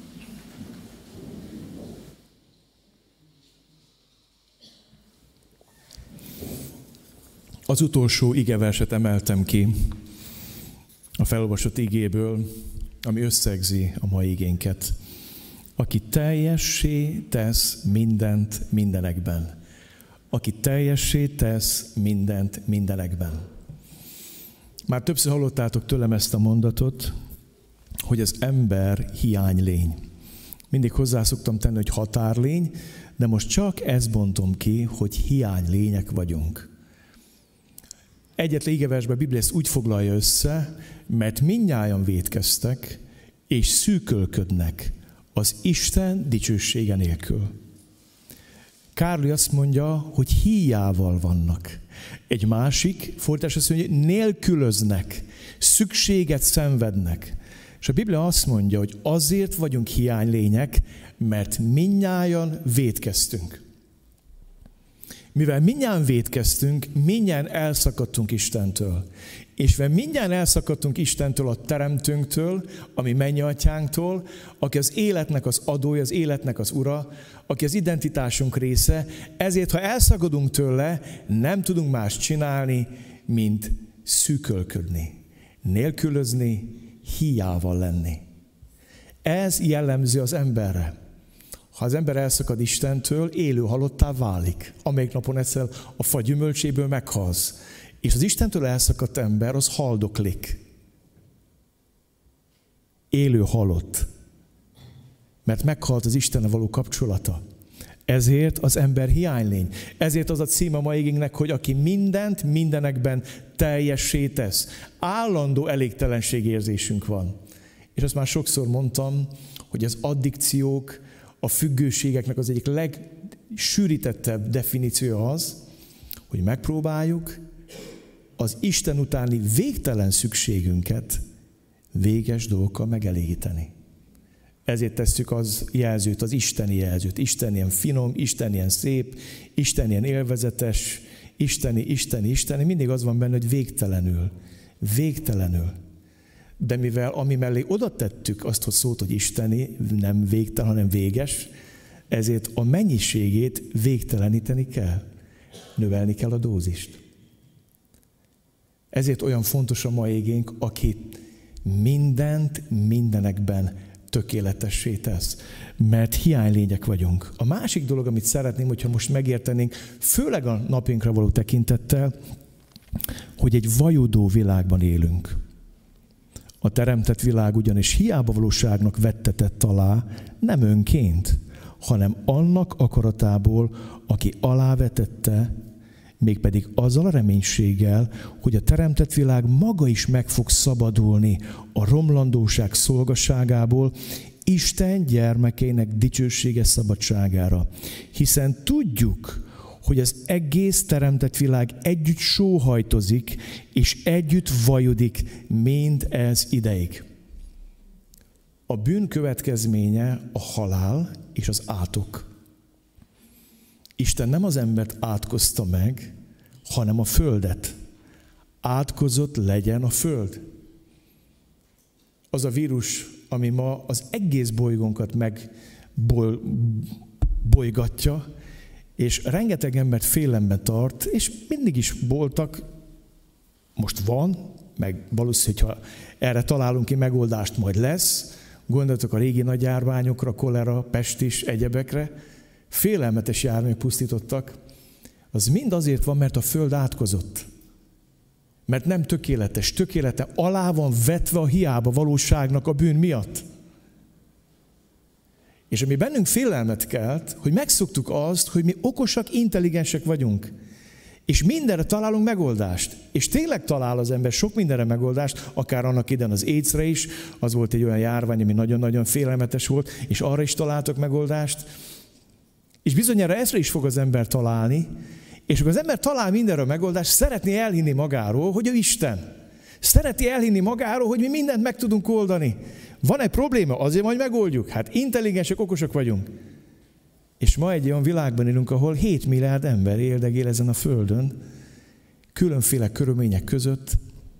Az utolsó igeverset emeltem ki a felolvasott igéből, ami összegzi a mai igénket. Aki teljessé tesz mindent mindenekben. Aki teljessé tesz mindent mindenekben. Már többször hallottátok tőlem ezt a mondatot, hogy az ember hiánylény. Mindig hozzá szoktam tenni, hogy határlény, de most csak ezt bontom ki, hogy hiánylények vagyunk. Egyetlen igeversben a Biblia ezt úgy foglalja össze, mert mindnyájan vétkeztek, és szűkölködnek az Isten dicsősége nélkül. Kárli azt mondja, hogy híjával vannak. Egy másik fordítás azt mondja, hogy nélkülöznek, szükséget szenvednek. És a Biblia azt mondja, hogy azért vagyunk hiánylények, mert mindnyájan vétkeztünk. Mivel mindnyájan vétkeztünk, mindnyájan elszakadtunk Istentől. És mivel mindnyájan elszakadtunk Istentől, a Teremtőnktől, ami Mennyatyánktól, aki az életnek az adója, az életnek az ura, aki az identitásunk része, ezért, ha elszakadunk tőle, nem tudunk más csinálni, mint szűkölködni, nélkülözni, híjával lenni. Ez jellemző az emberre. Ha az ember elszakad Istentől, élő halottá válik, amelyik napon egyszer a fa gyümölcséből meghalsz. És az Istentől elszakadt ember, az haldoklik. Élő halott. Mert meghalt az Istennel való kapcsolata. Ezért az ember hiánylény. Ezért az a cím a mai igénknek, hogy aki mindent mindenekben teljessé tesz. Állandó elégtelenségérzésünk van. És azt már sokszor mondtam, hogy az addikciók, a függőségeknek az egyik legsűrítettebb definíciója az, hogy megpróbáljuk az Isten utáni végtelen szükségünket véges dolgokkal megelégíteni. Ezért tesszük az jelzőt, az isteni jelzőt. Isten ilyen finom, Isten ilyen szép, Isten ilyen élvezetes, isteni. Mindig az van benne, hogy végtelenül. De mivel ami mellé oda tettük azt, hogy szót, hogy isteni, nem végtelen, hanem véges, ezért a mennyiségét végteleníteni kell. Növelni kell a dózist. Ezért olyan fontos a mai igénk, aki mindent mindenekben tökéletessé tesz. Mert hiánylények vagyunk. A másik dolog, amit szeretném, hogyha most megértenénk, főleg a napjainkra való tekintettel, hogy egy vajudó világban élünk. A teremtett világ ugyanis hiába valóságnak vettetett alá, nem önként, hanem annak akaratából, aki alávetette, mégpedig azzal a reménységgel, hogy a teremtett világ maga is meg fog szabadulni a romlandóság szolgasságából, Isten gyermekeinek dicsőséges szabadságára. Hiszen tudjuk, hogy az egész teremtett világ együtt sóhajtozik, és együtt vajodik mind ez ideig. A bűn következménye a halál és az átok. Isten nem az embert átkozta meg, hanem a földet. Átkozott legyen a föld. Az a vírus, ami ma az egész bolygónkat megbolygatja, és rengeteg embert félelemben tart, és mindig is voltak, most van, meg valószínűleg, ha erre találunk ki megoldást, majd lesz. Gondoljatok a régi nagy járványokra, kolera, pestis, egyebekre. Félelmetes járványok pusztítottak. az mind azért van, mert a föld átkozott. Mert nem tökéletes. Tökélete alá van vetve a hiába valóságnak a bűn miatt. És ami bennünk félelmet kelt, hogy megszoktuk azt, hogy mi okosak, intelligensek vagyunk. És mindenre találunk megoldást. És tényleg talál az ember sok mindenre megoldást, akár annak idején az AIDS-re is, az volt egy olyan járvány, ami nagyon-nagyon félelmetes volt, és arra is találtok megoldást. És bizonyára ezre is fog az ember találni, és akkor az ember talál mindenre a megoldást, szeretné elhinni magáról, hogy ő Isten. Szereti elhinni magáról, hogy mi mindent meg tudunk oldani. Van egy probléma, azért majd megoldjuk. Hát intelligensek, okosak vagyunk. És ma egy olyan világban élünk, ahol 7 milliárd ember éldegél ezen a földön, különféle körülmények között.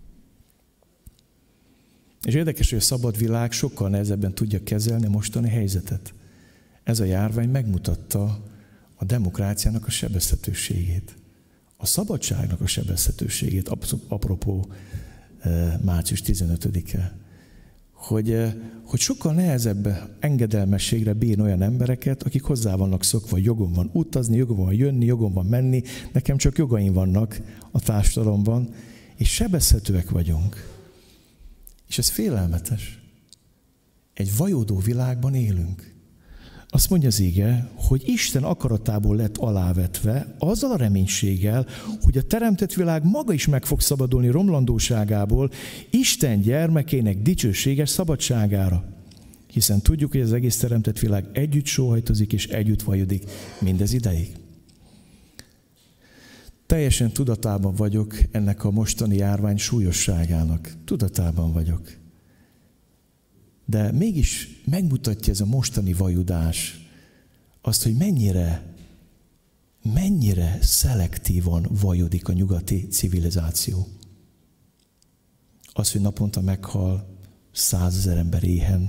És érdekes, hogy a szabad világ sokkal nehezebben tudja kezelni a mostani helyzetet. Ez a járvány megmutatta a demokráciának a sebezhetőségét, a szabadságnak a sebezhetőségét, apropó március 15-e, hogy sokkal nehezebb engedelmességre bírni olyan embereket, akik hozzá vannak szokva, jogom van utazni, jogom van jönni, jogom van menni, nekem csak jogaim vannak a társadalomban, és sebezhetőek vagyunk. És ez félelmetes. Egy vajódó világban élünk. Azt mondja az ige, hogy Isten akaratából lett alávetve, azzal a reménységgel, hogy a teremtett világ maga is meg fog szabadulni romlandóságából, Isten gyermekének dicsőséges szabadságára. Hiszen tudjuk, hogy az egész teremtett világ együtt sóhajtozik és együtt vajodik mindez ideig. Teljesen tudatában vagyok ennek a mostani járvány súlyosságának. Tudatában vagyok. De mégis megmutatja ez a mostani vajudás azt, hogy mennyire szelektívan vajodik a nyugati civilizáció. Az, hogy naponta meghal 100 000 ember éhen.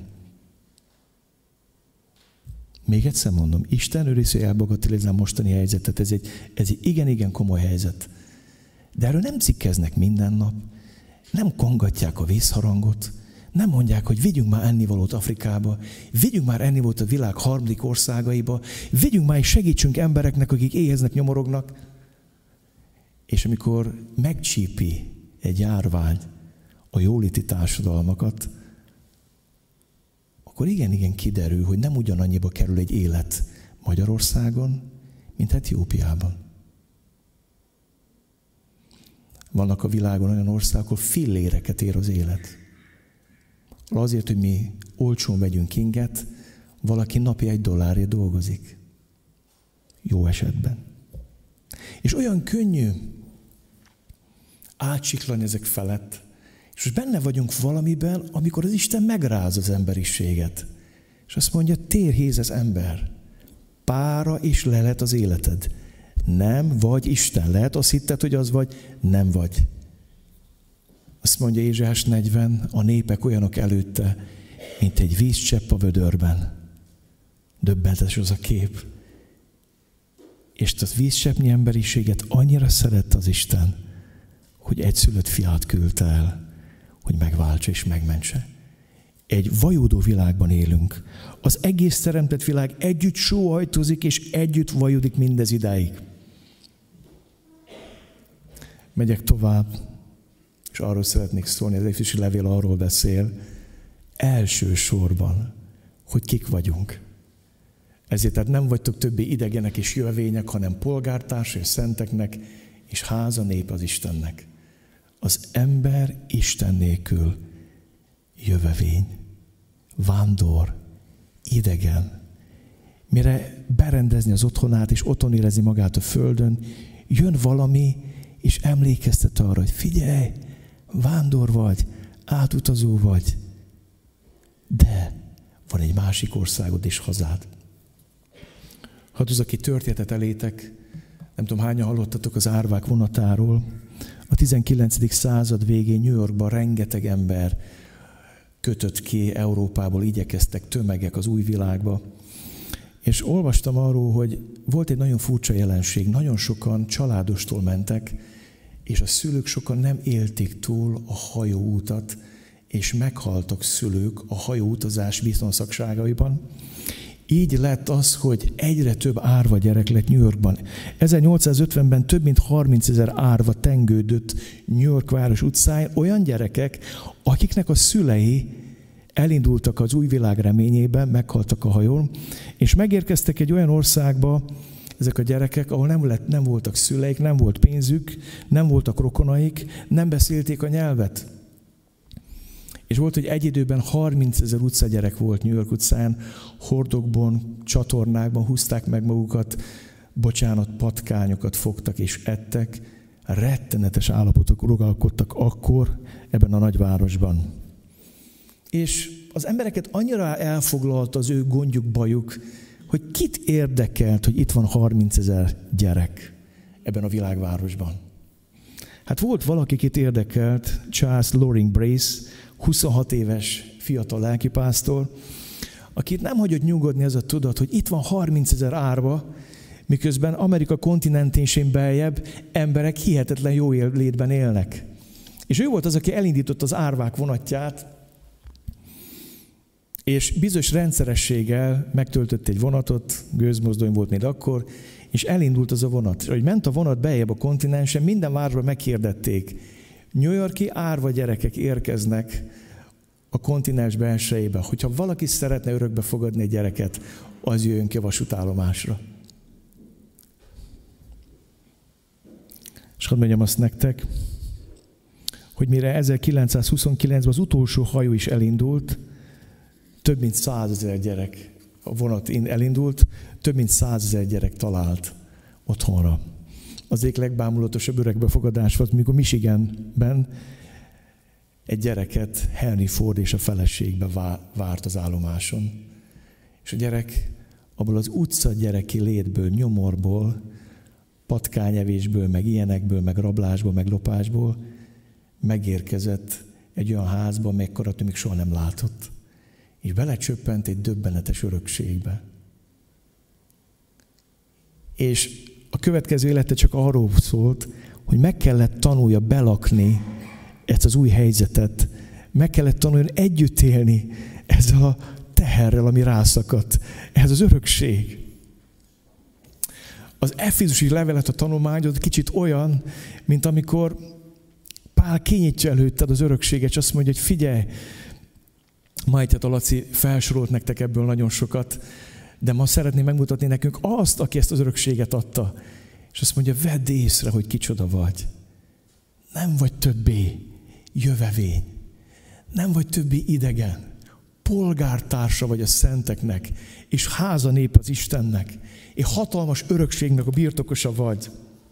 Még egyszer mondom, Isten őriz, hogy elbagatelizál a mostani helyzetet. Ez egy igen-igen komoly helyzet. De erről nem cikkeznek minden nap, nem kongatják a vészharangot, nem mondják, hogy vigyünk már ennivalót Afrikába, vigyünk már ennivalót a világ harmadik országaiba, vigyünk már és segítsünk embereknek, akik éheznek, nyomorognak. És amikor megcsípi egy járvány a jóléti társadalmakat, akkor igen kiderül, hogy nem ugyanannyiba kerül egy élet Magyarországon, mint Etiópiában. Vannak a világon olyan országok, ahol filléreket ér az élet. Azért, hogy mi olcsón vegyünk inget, valaki napi $1 dolgozik. Jó esetben. És olyan könnyű átsiklani ezek felett. És most benne vagyunk valamiben, amikor az Isten megráz az emberiséget. És azt mondja, térhéz az ember. Pára és lelet az életed. Nem vagy Isten. Lehet azt hitted, hogy az vagy, nem vagy. Azt mondja Ézsaiás 40, a népek olyanok előtte, mint egy vízcsepp a vödörben. Döbbenetes az a kép. És a vízcseppnyi emberiséget annyira szerette az Isten, hogy egyszülött fiát küldte el, hogy megváltsa és megmentse. Egy vajódó világban élünk. Az egész teremtett világ együtt sóhajtozik és együtt vajodik mindez idáig. Megyek tovább, és arról szeretnék szólni, az Éfési levél arról beszél, elsősorban, hogy kik vagyunk. Ezért tehát nem vagytok többé idegenek és jövevények, hanem polgártársai és szenteknek, és háza nép az Istennek. Az ember Isten nélkül jövevény, vándor, idegen. Mire berendezni az otthonát, és otthon érezni magát a földön, jön valami, és emlékeztet arra, hogy figyelj, vándor vagy, átutazó vagy, de van egy másik országod és hazád. Hadd hozzak egy történetet elétek, nem tudom hányan hallottatok az árvák vonatáról. A 19. század végén New Yorkban rengeteg ember kötött ki Európából, igyekeztek tömegek az új világba. És olvastam arról, hogy volt egy nagyon furcsa jelenség, nagyon sokan családostól mentek, és a szülők sokan nem élték túl a hajóútat, és meghaltak szülők a hajóutazás biztonságaiban. Így lett az, hogy egyre több árva gyerek lett New Yorkban. 1850-ben több mint 30 000 árva tengődött New York város utcáin, olyan gyerekek, akiknek a szülei elindultak az új világ reményében, meghaltak a hajón, és megérkeztek egy olyan országba, ezek a gyerekek, ahol nem voltak szüleik, nem volt pénzük, nem voltak rokonaik, nem beszélték a nyelvet. És volt, hogy egy időben 30 000 utcagyerek volt New York utcán, hordokban, csatornákban húzták meg magukat, patkányokat fogtak és ettek. Rettenetes állapotok uralkodtak akkor ebben a nagyvárosban. És az embereket annyira elfoglalta az ő gondjuk, bajuk, hogy kit érdekelt, hogy itt van 30 000 gyerek ebben a világvárosban. Hát volt valaki, kit érdekelt, Charles Loring Brace, 26 éves fiatal lelkipásztor, akit nem hagyott nyugodni ez a tudat, hogy itt van 30 000 árva, miközben Amerika kontinentésén beljebb emberek hihetetlen jó létben élnek. És ő volt az, aki elindított az árvák vonatját, és bizonyos rendszerességgel megtöltött egy vonatot, gőzmozdony volt még akkor, és elindult az a vonat. És ahogy ment a vonat beljebb a kontinensen, minden városban meghirdették, New York-i árva gyerekek érkeznek a kontinens belsejébe. Hogyha valaki szeretne örökbe fogadni egy gyereket, az jöjjön ki a vasútállomásra. És hadd mondjam azt nektek, hogy mire 1929-ben az utolsó hajó is elindult, több mint 100 000 gyerek, a vonat elindult, több mint 100 000 gyerek talált otthonra. Az egyik legbámulatosabb örökbefogadás volt, mikor Michiganben egy gyereket Henry Ford és a feleségbe várt az állomáson. És a gyerek abból az utca gyereki létből, nyomorból, patkányevésből, meg ilyenekből, meg rablásból, meg lopásból megérkezett egy olyan házba, amelyekkorat még soha nem látott. És belecsöppent egy döbbenetes örökségbe. És a következő élete csak arról szólt, hogy meg kellett tanulja belakni ezt az új helyzetet, meg kellett tanuljon együtt élni ezzel a teherrel, ami rászakadt. Ez az örökség. Az Efézusi levelet, a tanulmányod kicsit olyan, mint amikor Pál kinyitja előtted az örökséget, és azt mondja, hogy figyelj, majd a Laci felsorolt nektek ebből nagyon sokat, de ma szeretném megmutatni nekünk azt, aki ezt az örökséget adta. És azt mondja, vedd észre, hogy kicsoda vagy. Nem vagy többé jövevény. Nem vagy többé idegen. Polgártársa vagy a szenteknek, és háza nép az Istennek. És hatalmas örökségnek a birtokosa vagy.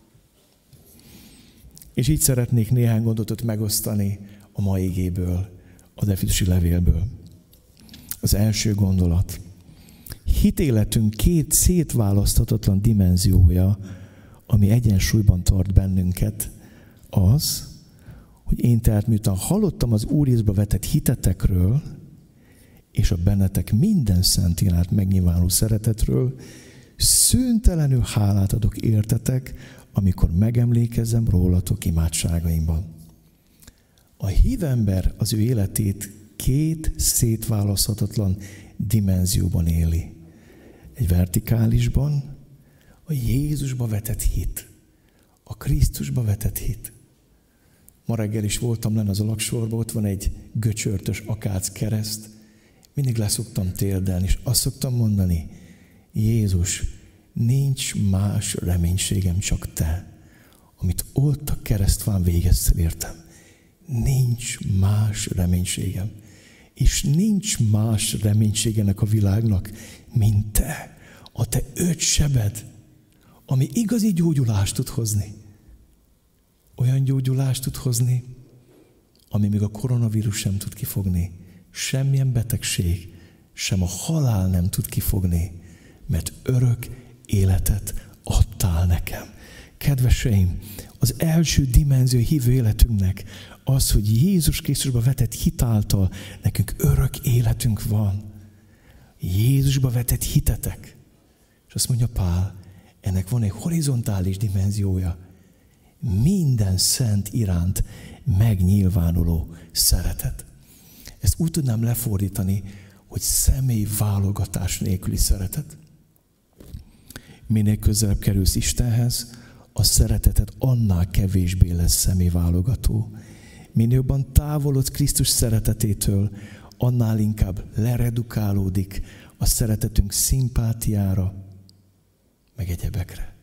És így szeretnék néhány gondolatot megosztani a mai igéből, az Efézusi levélből. Az első gondolat. Hitéletünk két szétválaszthatatlan dimenziója, ami egyensúlyban tart bennünket, az, hogy én tehát miután hallottam az Úr Jézusba vetett hitetekről, és a bennetek minden szent iránt megnyilvánuló szeretetről, szüntelenül hálát adok értetek, amikor megemlékezem rólatok imádságaimban. A hívember az ő életét két szétválaszthatatlan dimenzióban éli. Egy vertikálisban, a Jézusba vetett hit, a Krisztusba vetett hit. Ma reggel is voltam lenne az alagsorban, ott van egy göcsörtös akác kereszt, mindig leszoktam térdelni, és azt szoktam mondani, Jézus, nincs más reménységem, csak te, amit ott a keresztfán végeztél értem. Nincs más reménységem. És nincs más reménységenek a világnak, mint te. A te 5 sebed, ami igazi gyógyulást tud hozni. Olyan gyógyulást tud hozni, ami még a koronavírus sem tud kifogni. Semmilyen betegség, sem a halál nem tud kifogni, mert örök életet adtál nekem. Kedveseim, az első dimenzió hívő életünknek az, hogy Jézus Krisztusba vetett hit által nekünk örök életünk van. Jézusba vetett hitetek. És azt mondja Pál, ennek van egy horizontális dimenziója. Minden szent iránt megnyilvánuló szeretet. Ezt úgy tudnám lefordítani, hogy személyválogatás nélküli szeretet. Minél közelebb kerülsz Istenhez, a szereteted annál kevésbé lesz személyválogató. Minél jobban távolodsz Krisztus szeretetétől, annál inkább leredukálódik a szeretetünk szimpátiára, meg egyebekre.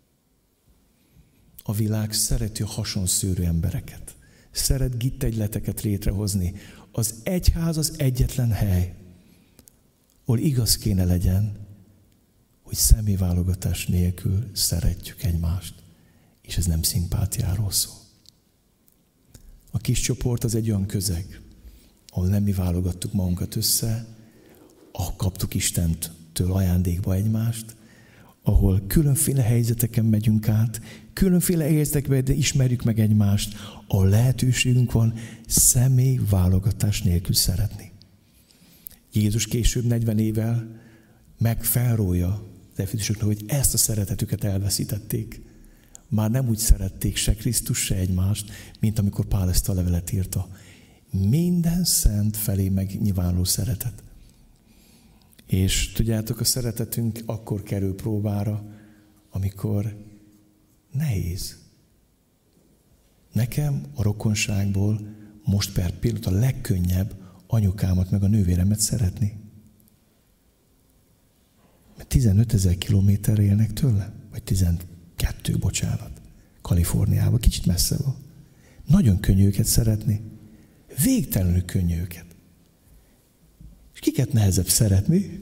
A világ szereti a hasonszőrű embereket. Szeret gittegyleteket létrehozni. Az egyház az egyetlen hely, ahol igaz kéne legyen, hogy személyválogatás nélkül szeretjük egymást. És ez nem szimpátiáról szól. A kis csoport az egy olyan közeg, ahol nem mi válogattuk magunkat össze, ahol kaptuk Istentől ajándékba egymást, ahol különféle helyzeteken megyünk át, különféle helyzetekben, de ismerjük meg egymást, ahol lehetőségünk van személyválogatás nélkül szeretni. Jézus később 40 évvel felrója az efézusoknak, hogy ezt a szeretetüket elveszítették. Már nem úgy szerették se Krisztus, se egymást, mint amikor Pál ezt a levelet írta. Minden szent felé megnyilvánuló szeretet. És tudjátok, a szeretetünk akkor kerül próbára, amikor nehéz. Nekem a rokonságból most per pillanat a legkönnyebb anyukámat meg a nővéremet szeretni. Mert 15 000 kilométerre élnek tőle, vagy 12, bocsánat, Kaliforniában, kicsit messze van. Nagyon könnyű őket szeretni. Végtelenül könnyű őket. És kiket nehezebb szeretni?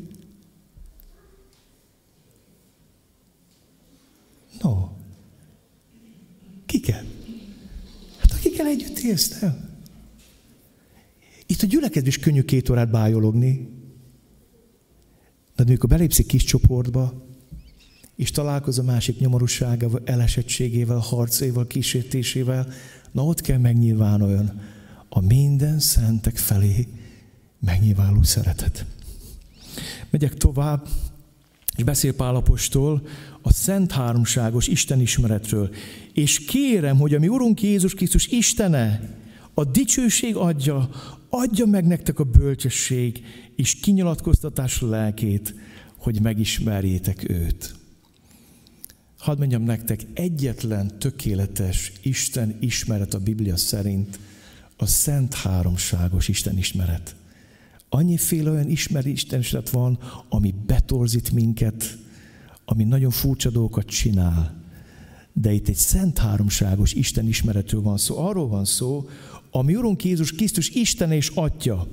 No. Kiket? Hát akikkel együtt élsz, nem? Itt a gyülekezetben is könnyű 2 órát bájologni. De amikor belépsz egy kis csoportba, és találkozz a másik nyomorúságával, elesettségével, harcaival, kísértésével, na ott kell megnyilvánuljon a minden szentek felé megnyilvánuló szeretet. Megyek tovább, és beszél Pál apostol a szent háromságos istenismeretről. És kérem, hogy a mi Urunk Jézus Krisztus Istene, a dicsőség adja meg nektek a bölcsesség és kinyilatkoztatás lelkét, hogy megismerjétek őt. Hadd mondjam nektek, egyetlen tökéletes Isten ismeret a Biblia szerint a szent háromságos Isten ismeret. Annyiféle olyan istenismeret van, ami betorzít minket, ami nagyon furcsa dolgokat csinál. De itt egy szent háromságos Isten ismeretről van szó. Arról van szó, ami Urunk Jézus Krisztus Isten és Atya.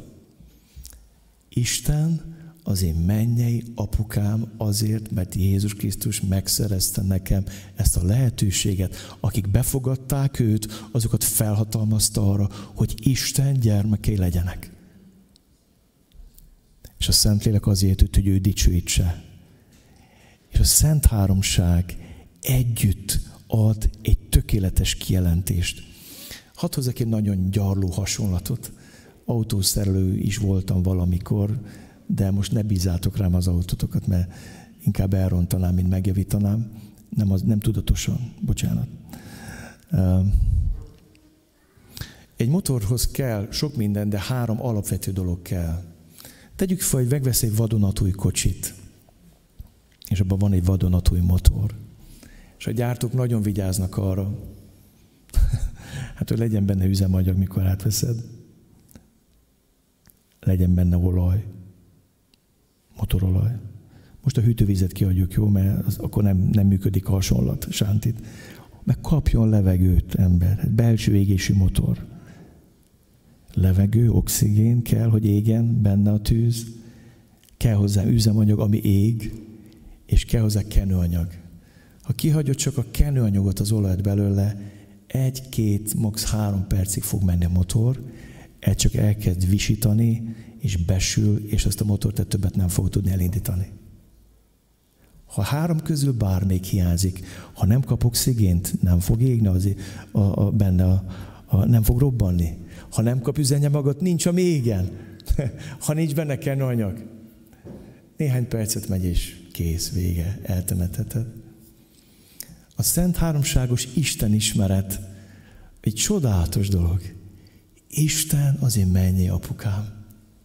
Isten az én mennyei apukám azért, mert Jézus Krisztus megszerezte nekem ezt a lehetőséget. Akik befogadták őt, azokat felhatalmazta arra, hogy Isten gyermekei legyenek. És a Szentlélek azért, hogy ő dicsőítse. És a Szent Háromság együtt ad egy tökéletes kijelentést. Hadd hozzak egy nagyon gyarló hasonlatot. Autószerelő is voltam valamikor, de most ne bízzátok rám az autótokat, mert inkább elrontanám, mint megjavítanám. Nem tudatosan, bocsánat. Egy motorhoz kell sok minden, de 3 alapvető dolog kell. Tegyük fel, hogy megvesz egy vadonatúj kocsit, és abban van egy vadonatúj motor. És a gyártók nagyon vigyáznak arra, hát, hogy legyen benne üzemanyag, mikor átveszed. Legyen benne olaj, motorolaj. Most a hűtővizet kiadjuk, jó, mert az, akkor nem működik a hasonlat, sántit. Meg kapjon levegőt, ember, egy belső égésű motor. Levegő, oxigén kell, hogy égjen benne a tűz. Kell hozzá üzemanyag, ami ég, és kell hozzá kenőanyag. Ha kihagyod csak a kenőanyagot, az olajat belőle, 1-2, max. 3 percig fog menni a motor, ez csak elkezd visítani, és besül, és azt a motort te többet nem fog tudni elindítani. Ha 3 közül bármelyik hiányzik, ha nem kap oxigént, nem fog égni benne, nem fog robbanni. Ha nem kap üzenyanyagot, nincs ami égen. Ha nincs benne kenőanyag, néhány percet megy, és kész, vége, eltemetheted. A szent háromságos Isten ismeret egy csodálatos dolog. Isten az én mennyei apukám.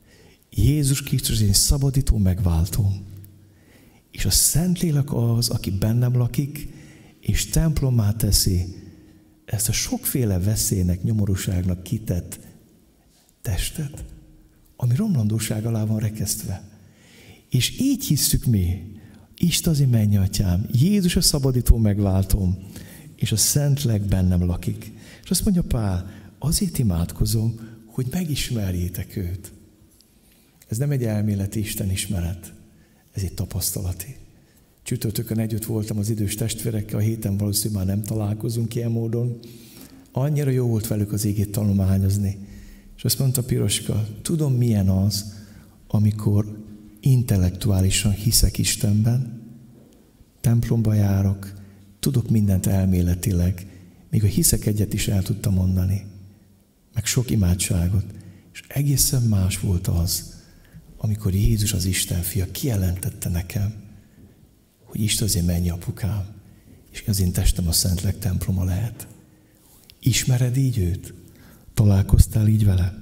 Jézus Krisztus én szabadító, megváltóm. És a Szentlélek az, aki bennem lakik, és templommá teszi ezt a sokféle veszélynek, nyomorúságnak kitett testet, ami romlandóság alá van rekesztve. És így hisszük mi, Isten az én mennyattyám, Jézus a szabadító, megváltóm, és a Szentlélek bennem lakik. És azt mondja Pál, azért imádkozom, hogy megismerjétek őt. Ez nem egy elméleti istenismeret, ez egy tapasztalati. Csütörtökön együtt voltam az idős testvérekkel, a héten valószínűleg már nem találkozunk ilyen módon. Annyira jó volt velük az igét tanulmányozni. És azt mondta Piroska, tudom milyen az, amikor intellektuálisan hiszek Istenben, templomba járok, tudok mindent elméletileg, még a hiszek egyet is el tudtam mondani, meg sok imádságot. És egészen más volt az, amikor Jézus az Isten fia kijelentette nekem, hogy Isten az én mennyi apukám, és az én testem a Szentlélek temploma lehet. Ismered így őt? Találkoztál így vele?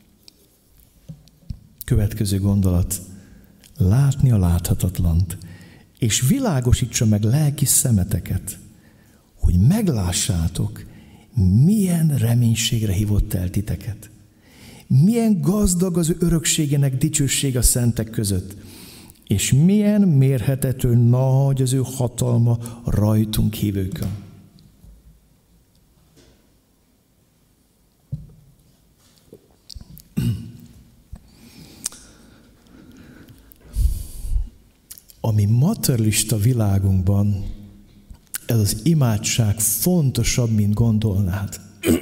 Következő gondolat. Látni a láthatatlant, és világosítsa meg lelki szemeteket, hogy meglássátok, milyen reménységre hívott el titeket. Milyen gazdag az ő örökségének dicsőség a szentek között, és milyen mérhetetlen nagy az ő hatalma rajtunk hívőkön. A mi materialista világunkban ez az imádság fontosabb, mint gondolnád.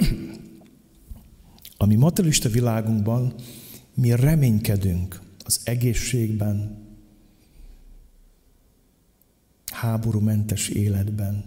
A mi materialista világunkban mi reménykedünk az egészségben, háborúmentes életben,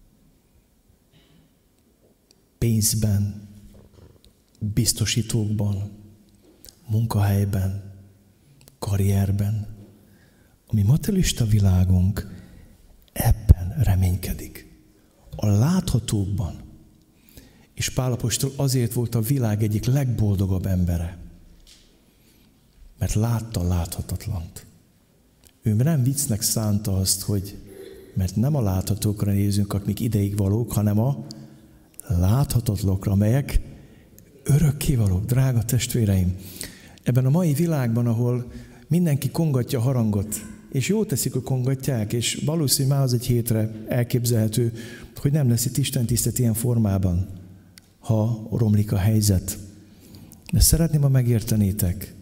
pénzben, biztosítókban, munkahelyben, karrierben. A mi materialista világunk ebben reménykedik. A láthatókban. És Pál apostol azért volt a világ egyik legboldogabb embere. Mert látta a láthatatlant. Ő nem viccnek szánta azt, hogy mert nem a láthatókra nézünk, akik ideig valók, hanem a láthatatlanokra, amelyek örökkévalók. Drága testvéreim, ebben a mai világban, ahol mindenki kongatja a harangot, és jó teszik, hogy kongatják, és valószínűleg már az egy hétre elképzelhető, hogy nem lesz itt istentisztelet ilyen formában, ha romlik a helyzet. De szeretném, ha megértenétek,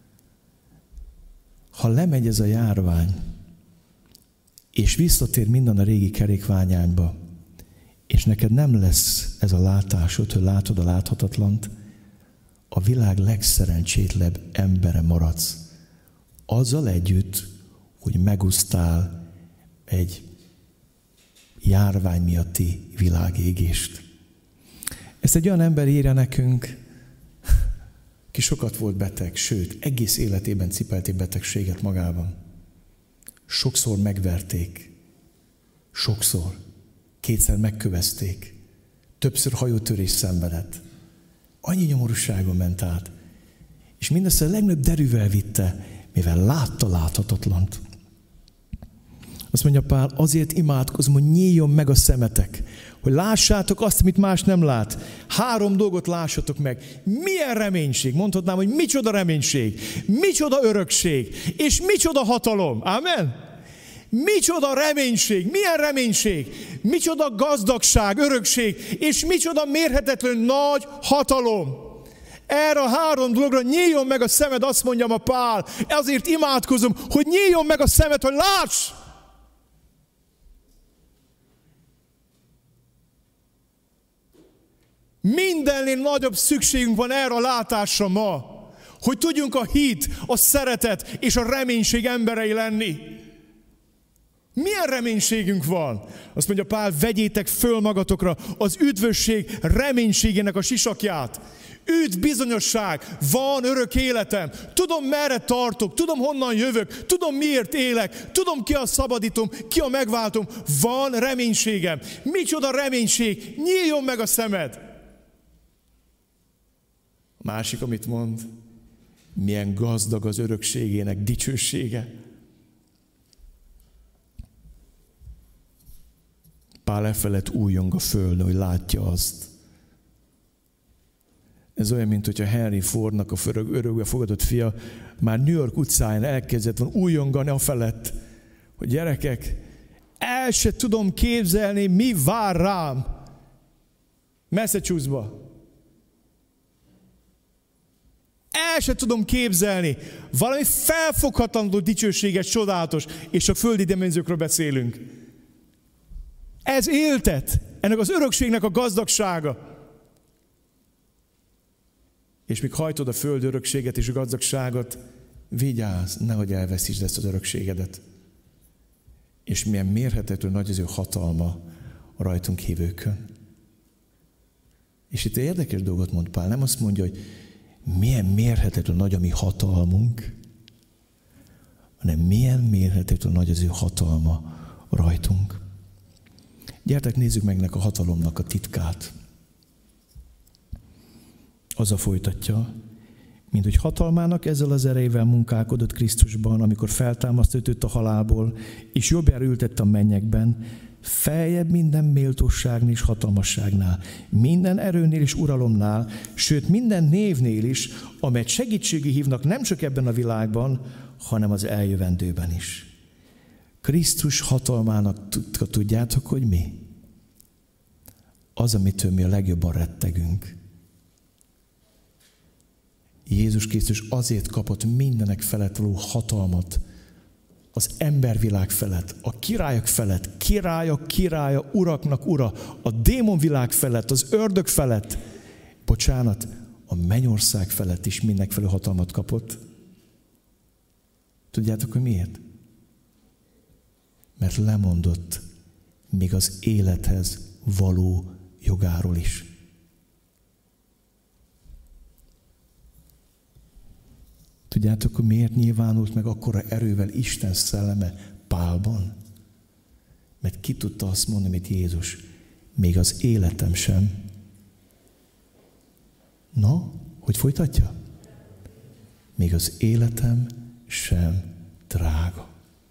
ha lemegy ez a járvány, és visszatér minden a régi kerékvágyányba, és neked nem lesz ez a látásod, hogy látod a láthatatlant, a világ legszerencsétlebb embere maradsz. Azzal együtt, hogy megúsztál egy járvány miatti világégést. Ezt egy olyan ember írja nekünk, ki sokat volt beteg, sőt, egész életében cipelték betegséget magában. Sokszor megverték, sokszor, 2-szer megkövezték, többször hajótörés szenvedett. Annyi nyomorúságon ment át, és mindezt a legnagyobb derűvel vitte, mivel látta láthatatlant. Azt mondja Pál, azért imádkozom, hogy nyíljon meg a szemetek, hogy lássátok azt, amit más nem lát. 3 dolgot lássatok meg. Milyen reménység? Mondhatnám, hogy micsoda reménység, micsoda örökség, és micsoda hatalom. Amen? Micsoda reménység, milyen reménység, micsoda gazdagság, örökség, és micsoda mérhetetlen nagy hatalom. Erre a 3 dologra nyíljon meg a szemed, azt mondja a Pál. Ezért imádkozom, hogy nyíljon meg a szemed, hogy láss! Mindennél nagyobb szükségünk van erre a látásra ma, hogy tudjunk a hit, a szeretet és a reménység emberei lenni. Milyen reménységünk van? Azt mondja Pál, vegyétek föl magatokra az üdvösség reménységének a sisakját. Üdv bizonyosság, van örök életem, tudom merre tartok, tudom honnan jövök, tudom miért élek, tudom ki a szabadítom, ki a megváltom, van reménységem. Micsoda reménység, nyíljon meg a szemed. A másik, amit mond, Milyen gazdag az örökségének dicsősége. Pál e felett újjong a földön, hogy látja azt. Ez olyan, mint hogyha Henry Fordnak a örökbe fogadott fia már New York utcáján elkezdett volna újjongani a felett, hogy gyerekek, el se tudom képzelni, mi vár rám Massachusettsba. El se tudom képzelni. Valami felfoghatatlanul dicsőséges, csodálatos, és a földi dimenziókról beszélünk. Ez éltet, ennek az örökségnek a gazdagsága. És míg hajtod a föld örökséget és a gazdagságot, vigyázz, nehogy elveszítsd ezt az örökségedet. És milyen mérhetető nagy az ő hatalma a rajtunk hívőkön. És itt érdekes dolgot mond Pál, nem azt mondja, hogy milyen mérhetető nagy a mi hatalmunk, hanem milyen mérhetető nagy az ő hatalma rajtunk. Gyertek, nézzük meg ennek a hatalomnak a titkát. Azzal folytatja, mint hogy hatalmának ezzel az erejével munkálkodott Krisztusban, amikor feltámasztott őt a halálból, és jobbjára ültette a mennyekben, feljebb minden méltóságnál és hatalmasságnál, minden erőnél és uralomnál, sőt minden névnél is, amelyet segítségi hívnak nem csak ebben a világban, hanem az eljövendőben is. Krisztus hatalmának tudjátok, hogy mi? Az, amitől mi a legjobban rettegünk. Jézus Krisztus azért kapott mindenek felett való hatalmat, az embervilág felett, a királyok felett, királya, uraknak ura, a démonvilág felett, az ördög felett, bocsánat, a mennyország felett is mindenfelé hatalmat kapott. Tudjátok, hogy miért? Mert lemondott még az élethez való jogáról is. Tudjátok, hogy miért nyilvánult meg akkora erővel Isten szelleme Pálban? Mert ki tudta azt mondani, mint Jézus, még az életem sem. Na, hogy folytatja? Még az életem sem drága.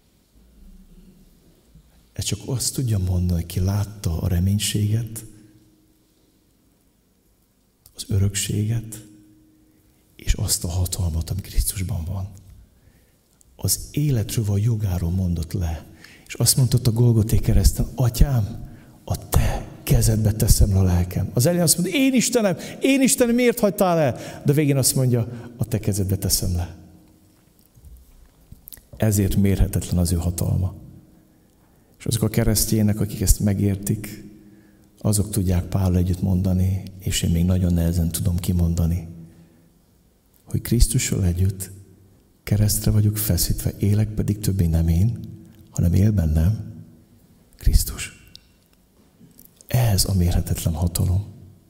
Ez csak azt tudja mondani, ki látta a reménységet, az örökséget, és azt a hatalmat, ami Krisztusban van. Az életről a jogáról mondott le. És azt mondott a Golgothé kereszten, Atyám, a te kezedbe teszem le a lelkem. Az elején azt mondja, én Istenem, miért hagytál el? De végén azt mondja, a te kezedbe teszem le. Ezért mérhetetlen az ő hatalma. És azok a keresztjének, akik ezt megértik, azok tudják Pállal együtt mondani, és én még nagyon nehezen tudom kimondani, hogy Krisztussal együtt keresztre vagyok feszítve, élek pedig többé nem én, hanem él bennem Krisztus. Ez a mérhetetlen hatalom.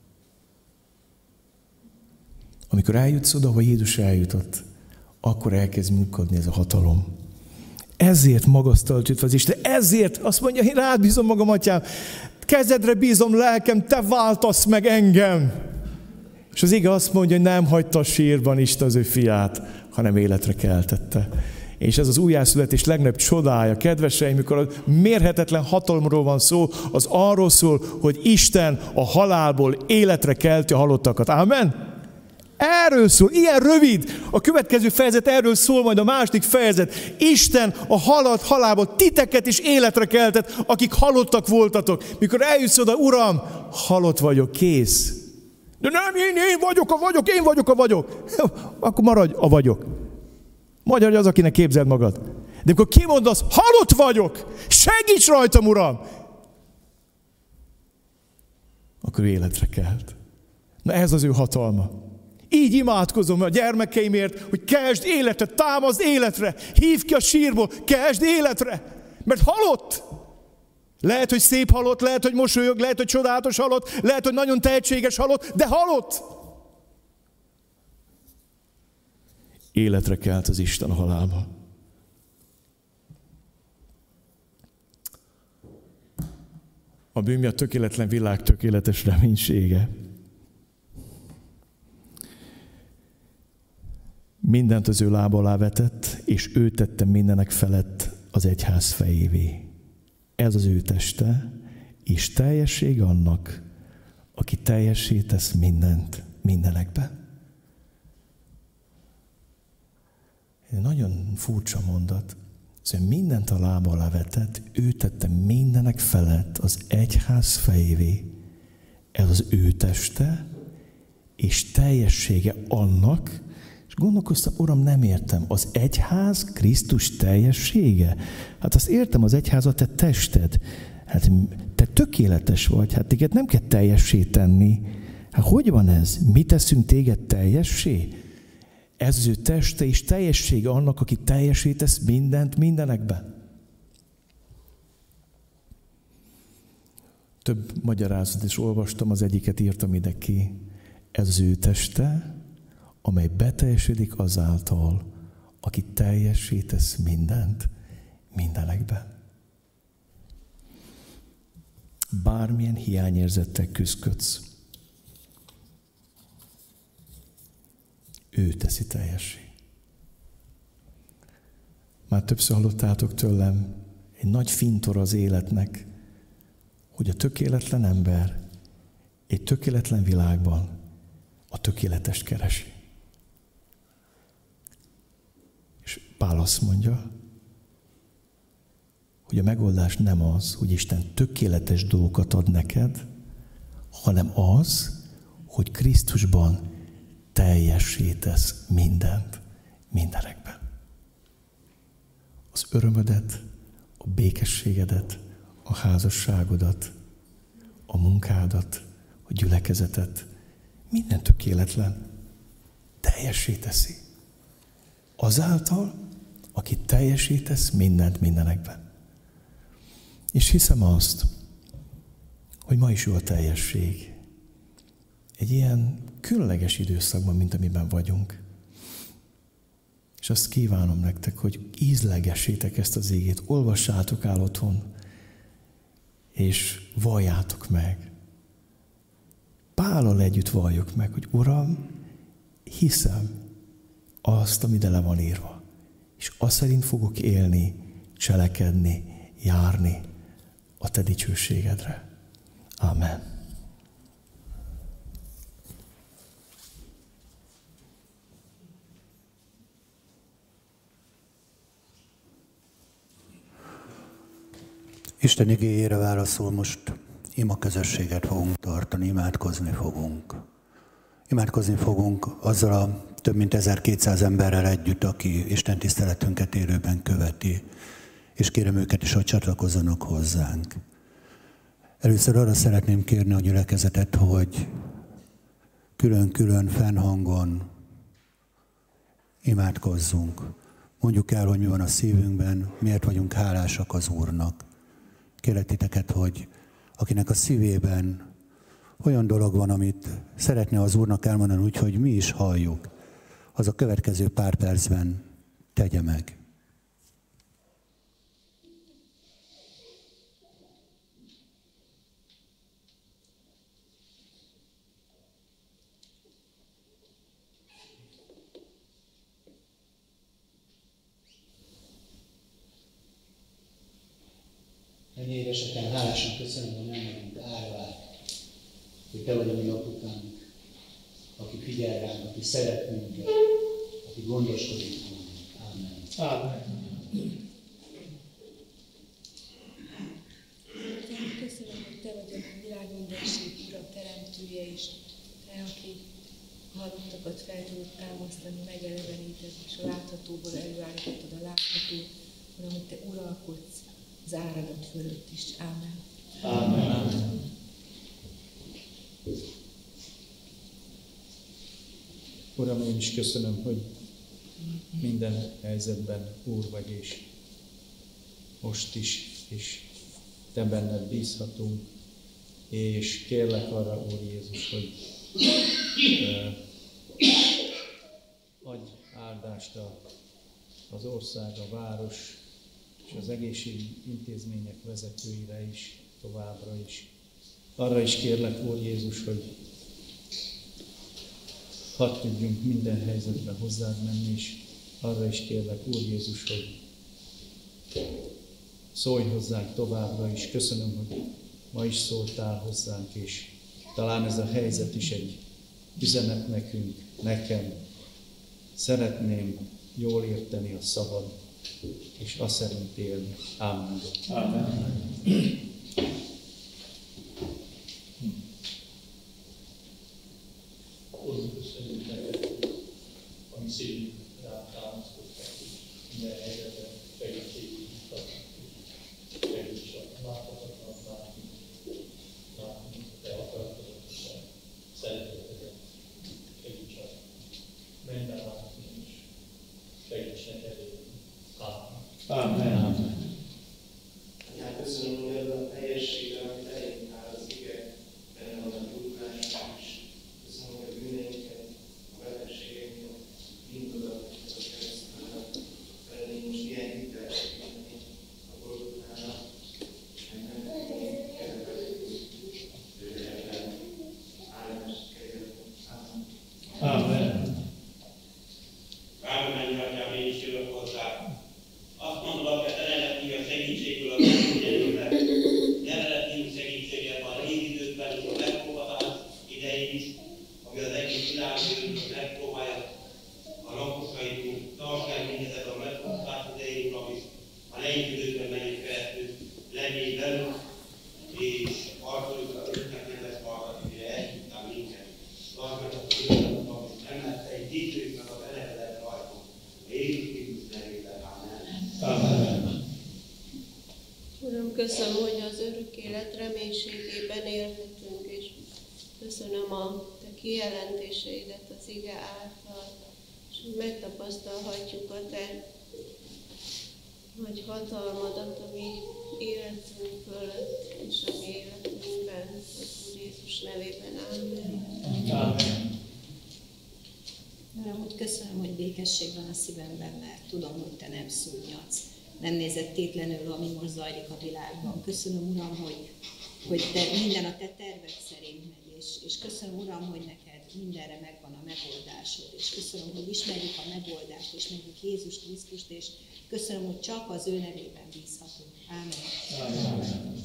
Amikor eljutsz oda, ahol Jézus eljutott, akkor elkezd működni ez a hatalom. Ezért magasztaltítva az Isten, ezért azt mondja, én rád bízom magam, Atyám, kezedre bízom lelkem, te váltasz meg engem. És az ige azt mondja, hogy nem hagyta a sírban Isten az ő fiát, hanem életre keltette. És ez az újjászületés legnagyobb csodája, kedveseim, mikor a mérhetetlen hatalomról van szó, az arról szól, hogy Isten a halálból életre kelti a halottakat. Ámen? Erről szól, ilyen rövid. A következő fejezet erről szól, majd a második fejezet. Isten a halálból titeket is életre keltett, akik halottak voltatok. Mikor eljutsz oda, Uram, halott vagyok, kész. De nem, én vagyok a vagyok. Akkor maradj a vagyok. Maradj az, akinek képzeld magad. De amikor kimondasz, halott vagyok, segíts rajtam, Uram, akkor életre kelt. Na ez az ő hatalma. Így imádkozom a gyermekeimért, hogy keltsd életre, támaszd életre, hívd ki a sírból, keltsd életre, mert halott. Lehet, hogy szép halott, lehet, hogy mosolyog, lehet, hogy csodálatos halott, lehet, hogy nagyon tehetséges halott, de halott. Életre kelt az Isten a halálba. A bűn miatt tökéletlen világ tökéletes reménysége. mindent az ő lába alá vetett, és ő tette mindenek felett az egyház fejévé. Ez az ő teste, és teljessége annak, aki teljessé tesz mindent mindenekbe. Ez egy nagyon furcsa mondat. Szóval mindent a lába alá vetett, ő tette mindenek felett az egyház fejévé. Ez az ő teste, és teljessége annak, és gondolkoztam, Uram, nem értem, az egyház Krisztus teljessége? Hát azt értem, az egyház a te tested. Hát te tökéletes vagy, hát téged nem kell teljessé tenni. Hát hogy van ez? Mi teszünk téged teljessé? Ez az ő teste és teljessége annak, aki teljessé tesz mindent mindenekbe. Több magyarázatot is olvastam, az egyiket írtam ide ki. Ez az ő teste, amely beteljesedik azáltal, aki teljessé tesz mindent mindenekbe. Bármilyen hiányérzettel küzdködsz, ő teszi teljessé. Már többször hallottátok tőlem, egy nagy fintor az életnek, hogy a tökéletlen ember egy tökéletlen világban a tökéletest keresi. És Pál azt mondja, hogy a megoldás nem az, hogy Isten tökéletes dolgokat ad neked, hanem az, hogy Krisztusban teljessé tesz mindent mindenekben. Az örömödet, a békességedet, a házasságodat, a munkádat, a gyülekezetet, minden tökéletlen teljessé teszi. Azáltal, aki teljessé tesz mindent mindenekben. És hiszem azt, hogy ma is jó a teljesség. Egy ilyen különleges időszakban, mint amiben vagyunk. És azt kívánom nektek, hogy ízlegessétek ezt az igét, olvassátok el otthon, és valljátok meg. Pállal együtt valljuk meg, hogy Uram, hiszem azt, ami le van írva. És azt szerint fogok élni, cselekedni, járni a te dicsőségedre. Amen. Isten igéjére válaszol most imaközösséget fogunk tartani, imádkozni fogunk. Imádkozni fogunk azzal a több mint 1200 emberrel együtt, aki Isten tiszteletünket élőben követi, és kérem őket is, hogy csatlakozzanak hozzánk. Először arra szeretném kérni a gyülekezetet, hogy külön-külön fennhangon imádkozzunk. Mondjuk el, hogy mi van a szívünkben, miért vagyunk hálásak az Úrnak. Kérlek titeket, hogy akinek a szívében olyan dolog van, amit szeretne az Úrnak elmondani, úgyhogy mi is halljuk, az a következő pár percben tegye meg. Ennyi édeseken, hálásan köszönöm, hogy nem vagyunk árvák, hogy te vagy a mi apukánk, aki figyel ránk, aki szeret minket, aki gondoskodik ránk. Amen. Amen. Köszönöm, hogy te vagy a világ mindenség Ura, teremtője is. Te, aki a halottakat fel tudod támasztani, megeleveníted, és a láthatóból előállítottad a láthatót, hanem hogy te uralkodsz az áradat fölött is. Ámen. Amen. Uram, én is köszönöm, hogy minden helyzetben Úr vagy, és most is, és te benned bízhatunk, és kérlek arra, Úr Jézus, hogy adj áldást az ország, a város, és az egészségügyi intézmények vezetőire is, továbbra is. Arra is kérlek, Úr Jézus, hogy hadd tudjunk minden helyzetben hozzád menni, és arra is kérlek, Úr Jézus, hogy szólj hozzánk továbbra is. Köszönöm, hogy ma is szóltál hozzánk, és talán ez a helyzet is egy üzenet nekünk, nekem. Szeretném jól érteni a szavad, és azt szerint élni. Amen. Amen. Úr, köszönjük neked, ami szívünk rátámaszkodtak, minden helyzetben segítségüket, segíts a láthatatlan látni, te akaratodat, te szeretetedet, segíts a mennyben látni, és segíts neked élni. Amen. Amen. Hát köszönöm, hogy ebben a teljességben, amit elénk áll az ige, benne van a gyógyulásunk is. Köszönöm, hogy a bűneinket, a betegségeinket, mindodat, a keresztülnek, szeretnénk most ilyen hitelt segíteni a Golgotára, és megmentetni kedvet, hogy ebben állást kegyelmet. Amen. Drága mennyi atyám, én is jövök hozzá. Azt mondod, hogy te ne lettél a segítségből a megfigyelőnek. Ne lettél segítséget a régi időkben, és a megfogadás idején is, ami az egész világban megpróbálja a lakosaitunk. Tartsd meg mindezek a megfogadás idején, is a nehéz időkben menjünk keresztül, legyél velünk, és arcoljuk a őknek neves markat, amire elhívtál minket. Tartsd meg a tudatokat, és nem lesz egy dicsőjük meg a benevedet rajtunk. Jézus Krisztus nevében. Amen. Uram, köszönöm, hogy az örök élet reménységében élhetünk, és köszönöm a te kijelentéseidet az ige által, és hogy megtapasztalhatjuk a te nagy hatalmadat a mi életünk fölött, és a mi életünkben, az Úr Jézus nevében. Amen. Amen. Uram, hogy köszönöm, hogy békesség van a szívemben, mert tudom, hogy te nem szúnyadsz. Nem nézed tétlenül, ami most zajlik a világban. Köszönöm, Uram, hogy te minden a te terved szerint megy, és köszönöm, Uram, hogy neked mindenre megvan a megoldásod, és köszönöm, hogy ismerjük a megoldást, ismerjük Jézus Krisztust, és köszönöm, hogy csak az ő nevében bízhatunk. Ámen. Amen.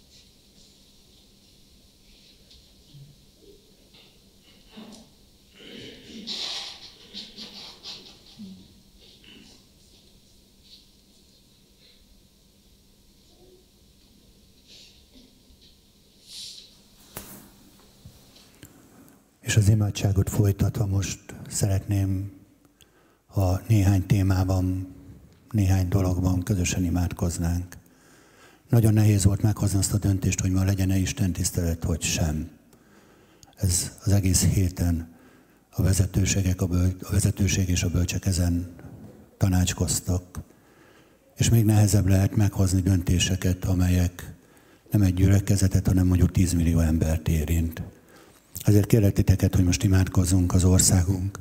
És az imádságot folytatva most szeretném, ha néhány témában, néhány dologban közösen imádkoznánk. Nagyon nehéz volt meghozni azt a döntést, hogy ma legyen-e Isten tisztelet, vagy sem. Ez az egész héten a vezetőség és a bölcsek ezen tanácskoztak. És még nehezebb lehet meghozni döntéseket, amelyek nem egy gyülekezetet, hanem mondjuk 10 millió embert érint. Ezért kérlek titeket, hogy most imádkozzunk az országunk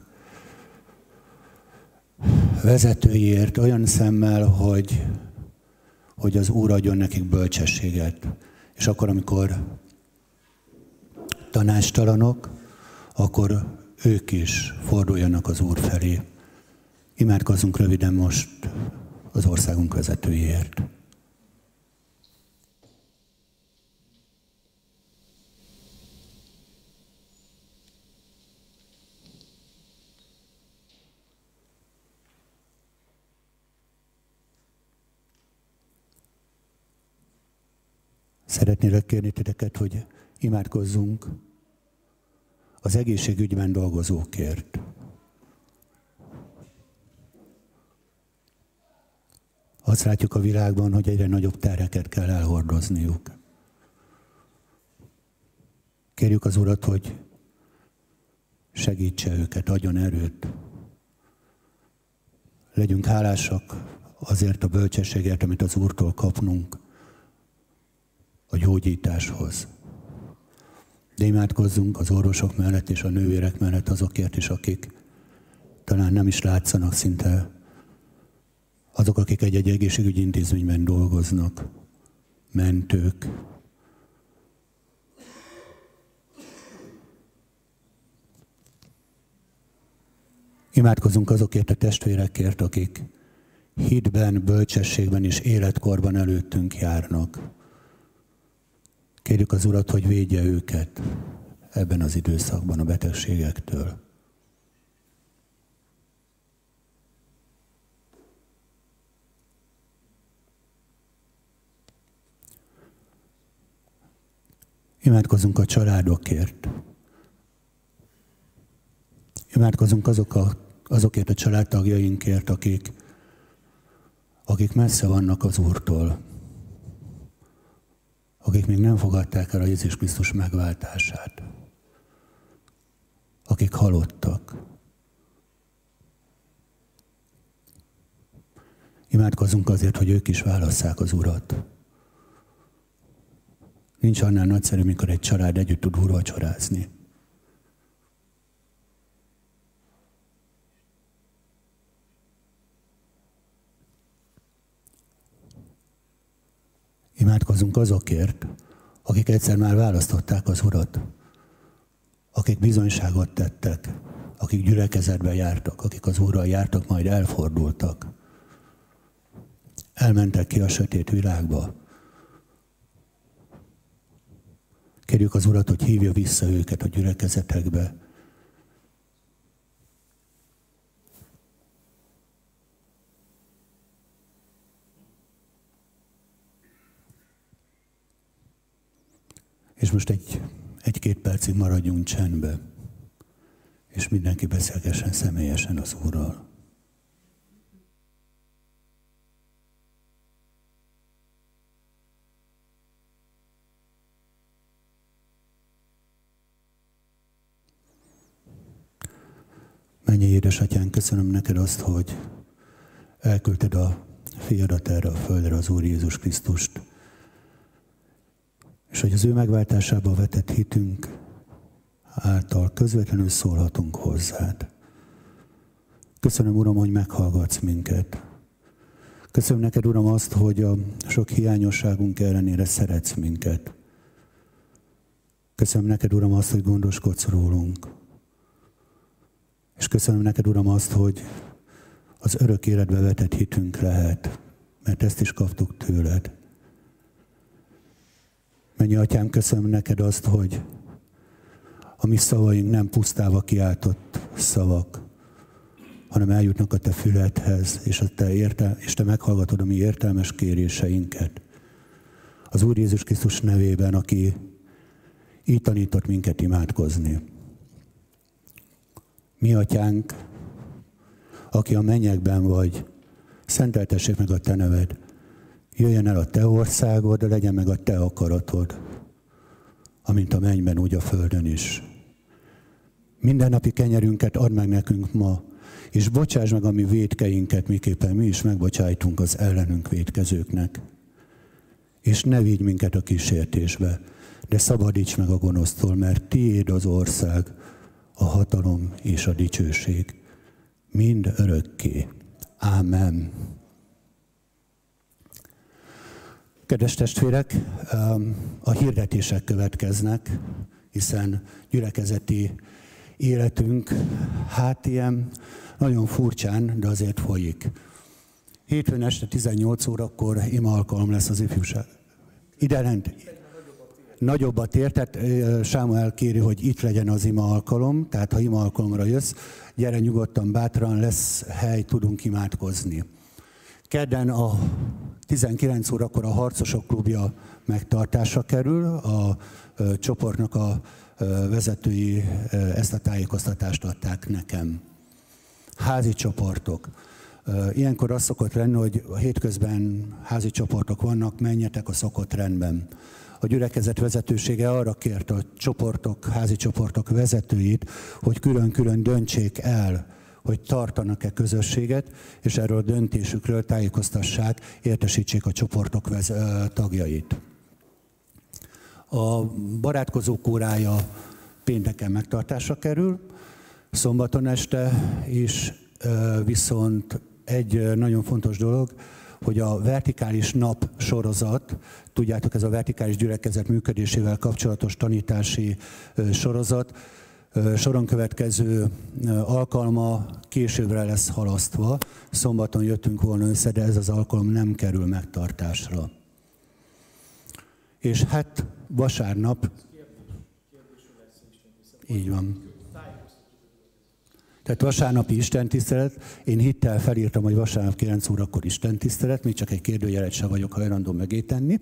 vezetőiért olyan szemmel, hogy az Úr adjon nekik bölcsességet. És akkor, amikor tanácstalanok, akkor ők is forduljanak az Úr felé. Imádkozzunk röviden most az országunk vezetőiért. Szeretnélek kérni titeket, hogy imádkozzunk az egészségügyben dolgozókért. Azt látjuk a világban, hogy egyre nagyobb terheket kell elhordozniuk. Kérjük az Urat, hogy segítse őket, adjon erőt. Legyünk hálásak azért a bölcsességért, amit az Úrtól kapnunk a gyógyításhoz. De imádkozzunk az orvosok mellett és a nővérek mellett azokért is, akik talán nem is látszanak szinte, azok, akik egy egészségügyi intézményben dolgoznak, mentők. Imádkozunk azokért a testvérekért, akik hitben, bölcsességben és életkorban előttünk járnak. Kérjük az Urat, hogy védje őket ebben az időszakban a betegségektől. Imádkozunk a családokért. Imádkozunk azokért a családtagjainkért, akik messze vannak az Úrtól, akik még nem fogadták el a Jézus Krisztus megváltását, akik halottak. Imádkozunk azért, hogy ők is válasszák az Urat. Nincs annál nagyszerű, mikor egy család együtt tud úrvacsorázni. Imádkozzunk azokért, akik egyszer már választották az Urat, akik bizonyságot tettek, akik gyülekezetben jártak, akik az Úrral jártak, majd elfordultak. Elmentek ki a sötét világba. Kérjük az Urat, hogy hívja vissza őket a gyülekezetekbe. És most egy-két percig maradjunk csendbe, és mindenki beszélgessen személyesen az Úrral. Mennyei édesatyánk, köszönöm neked azt, hogy elküldted a fiadat erre a földre, az Úr Jézus Krisztust, és hogy az ő megváltásába vetett hitünk által közvetlenül szólhatunk hozzád. Köszönöm, Uram, hogy meghallgatsz minket. Köszönöm neked, Uram, azt, hogy a sok hiányosságunk ellenére szeretsz minket. Köszönöm neked, Uram, azt, hogy gondoskodsz rólunk. És köszönöm neked, Uram, azt, hogy az örök életbe vetett hitünk lehet, mert ezt is kaptuk tőled. Mennyi Atyám, köszönöm neked azt, hogy a mi szavaink nem pusztába kiáltott szavak, hanem eljutnak a te füledhez, és te meghallgatod a mi értelmes kéréseinket. Az Úr Jézus Krisztus nevében, aki így tanított minket imádkozni. Mi Atyánk, aki a mennyekben vagy, szenteltessék meg a te neved. Jöjjön el a te országod, legyen meg a te akaratod, amint a mennyben, úgy a földön is. Mindennapi kenyerünket add meg nekünk ma, és bocsáss meg a mi vétkeinket, miképpen mi is megbocsájtunk az ellenünk vétkezőknek. És ne vigy minket a kísértésbe, de szabadíts meg a gonosztól, mert tiéd az ország, a hatalom és a dicsőség, mind örökké. Ámen. Kedves testvérek, a hirdetések következnek, hiszen gyülekezeti életünk, hát ilyen nagyon furcsán, de azért folyik. Hétfőn este 18 órakor ima alkalom lesz az ifjúság. Ide lent. Nagyobbat ér, tehát Sámuel kéri, hogy itt legyen az ima alkalom, tehát ha ima alkalomra jössz, gyere nyugodtan, bátran, lesz hely, tudunk imádkozni. Kedden a 19 órakor a Harcosok klubja megtartásra kerül, a csoportnak a vezetői ezt a tájékoztatást adták nekem. Házi csoportok. Ilyenkor az szokott lenni, hogy a hétközben házi csoportok vannak, menjetek a szokott rendben. A gyülekezet vezetősége arra kérte a csoportok, házi csoportok vezetőit, hogy külön-külön döntsék el, hogy tartanak-e közösséget, és erről a döntésükről tájékoztassák, értesítsék a csoportok tagjait. A barátkozók órája pénteken megtartásra kerül, szombaton este is, viszont egy nagyon fontos dolog, hogy a vertikális nap sorozat, tudjátok, ez a vertikális gyülekezet működésével kapcsolatos tanítási sorozat, soron következő alkalma későbbre lesz halasztva. Szombaton jöttünk volna össze, de ez az alkalom nem kerül megtartásra. És hát vasárnap... Így van. Tehát vasárnapi istentisztelet, én hittel felírtam, hogy vasárnap 9 órakor istentisztelet, még csak egy kérdőjelet sem vagyok hajlandó megétenni.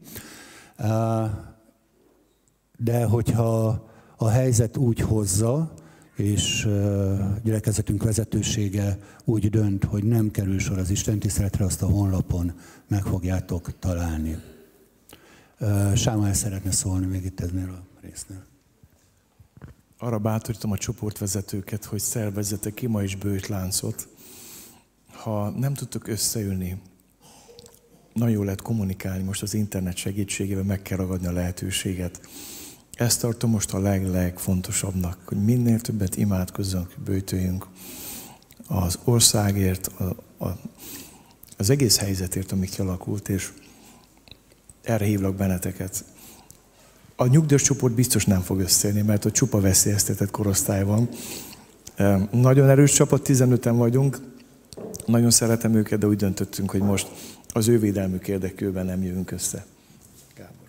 De hogyha a helyzet úgy hozza, és gyülekezetünk vezetősége úgy dönt, hogy nem kerül sor az istentiszteletre, azt a honlapon meg fogjátok találni. Sámuel szeretne szólni még itt eznél a résznél. Arra bátorítom a csoportvezetőket, hogy szervezzetek ki ma is böjtláncot. Ha nem tudtok összeülni, nagyon jól lehet kommunikálni, most az internet segítségével meg kell ragadni a lehetőséget. Ezt tartom most a legfontosabbnak, hogy minél többet imádkozzunk, böjtöljünk az országért, az egész helyzetért, ami kialakult, és erre hívlak benneteket. A nyugdíjas csoport biztos nem fog összeérni, mert a csupa veszélyeztetett korosztály van. Nagyon erős csapat, 15-en vagyunk, nagyon szeretem őket, de úgy döntöttünk, hogy most az ő védelmük érdekében nem jövünk össze. Gábor.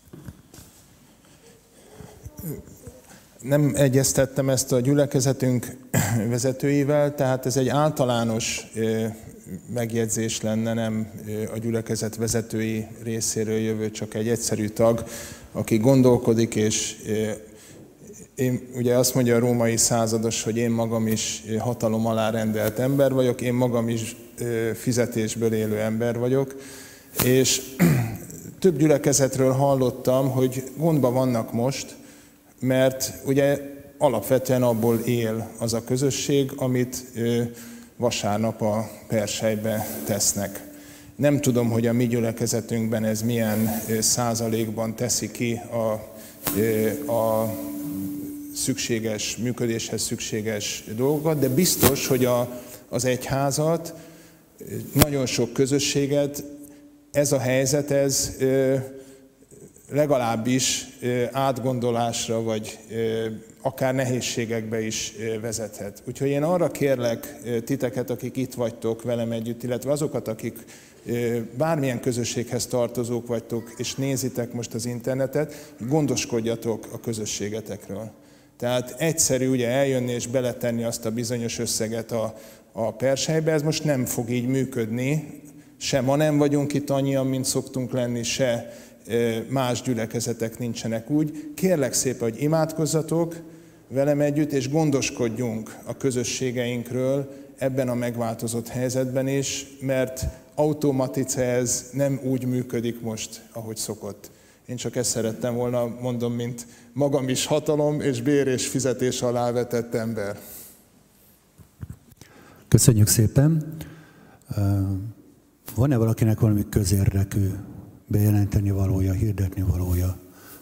Nem egyeztettem ezt a gyülekezetünk vezetőivel, tehát ez egy általános megjegyzés lenne, nem a gyülekezet vezetői részéről jövő, csak egy egyszerű tag, aki gondolkodik, és én, ugye azt mondja a római százados, hogy én magam is hatalom alá rendelt ember vagyok, én magam is fizetésből élő ember vagyok, és több gyülekezetről hallottam, hogy gondban vannak most, mert ugye alapvetően abból él az a közösség, amit vasárnap a Perselybe tesznek. Nem tudom, hogy a mi gyülekezetünkben ez milyen százalékban teszi ki a szükséges, működéshez szükséges dolgokat, de biztos, hogy az egyházat, nagyon sok közösséget ez a helyzet, ez legalábbis átgondolásra, vagy akár nehézségekbe is vezethet. Úgyhogy én arra kérlek titeket, akik itt vagytok velem együtt, illetve azokat, akik bármilyen közösséghez tartozók vagytok, és nézitek most az internetet, gondoskodjatok a közösségetekről. Tehát egyszerű ugye eljönni és beletenni azt a bizonyos összeget a Perselybe, ez most nem fog így működni, se ma nem vagyunk itt annyian, mint szoktunk lenni, se más gyülekezetek nincsenek úgy. Kérlek szépen, hogy imádkozzatok velem együtt, és gondoskodjunk a közösségeinkről ebben a megváltozott helyzetben is, mert automatice ez nem úgy működik most, ahogy szokott. Én csak ezt szerettem volna, mondom, mint magam is hatalom és bér és fizetés alá vetett ember. Köszönjük szépen. Van-e valakinek valami közérdekű bejelenteni valója, hirdetni valója?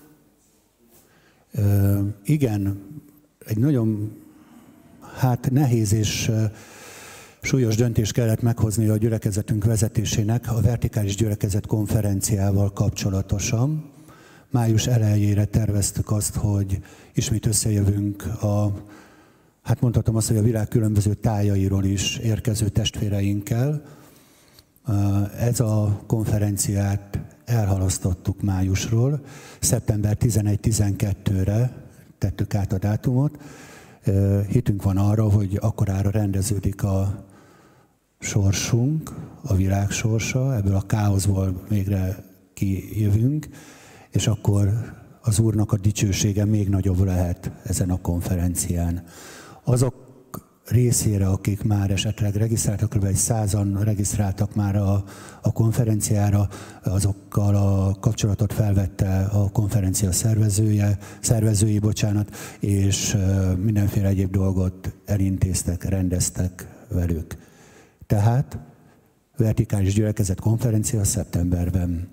Igen, egy nagyon nehéz és súlyos döntést kellett meghozni a gyülekezetünk vezetésének a vertikális gyülekezet konferenciával kapcsolatosan. Május elejére terveztük azt, hogy ismét összejövünk mondhatom azt, hogy a világ különböző tájairól is érkező testvéreinkkel. Ez a konferenciát elhalasztottuk májusról, szeptember 11-12-re tettük át a dátumot. Hitünk van arra, hogy akkorára rendeződik a sorsunk, a világ sorsa, ebből a káoszból végre kijövünk, és akkor az Úrnak a dicsősége még nagyobb lehet ezen a konferencián. Azok részére, akik már esetleg regisztráltak, kb. 100-an regisztráltak már a konferenciára, azokkal a kapcsolatot felvette a konferencia szervezői, és mindenféle egyéb dolgot elintéztek, rendeztek velük. Tehát vertikális gyülekezet konferencia szeptemberben.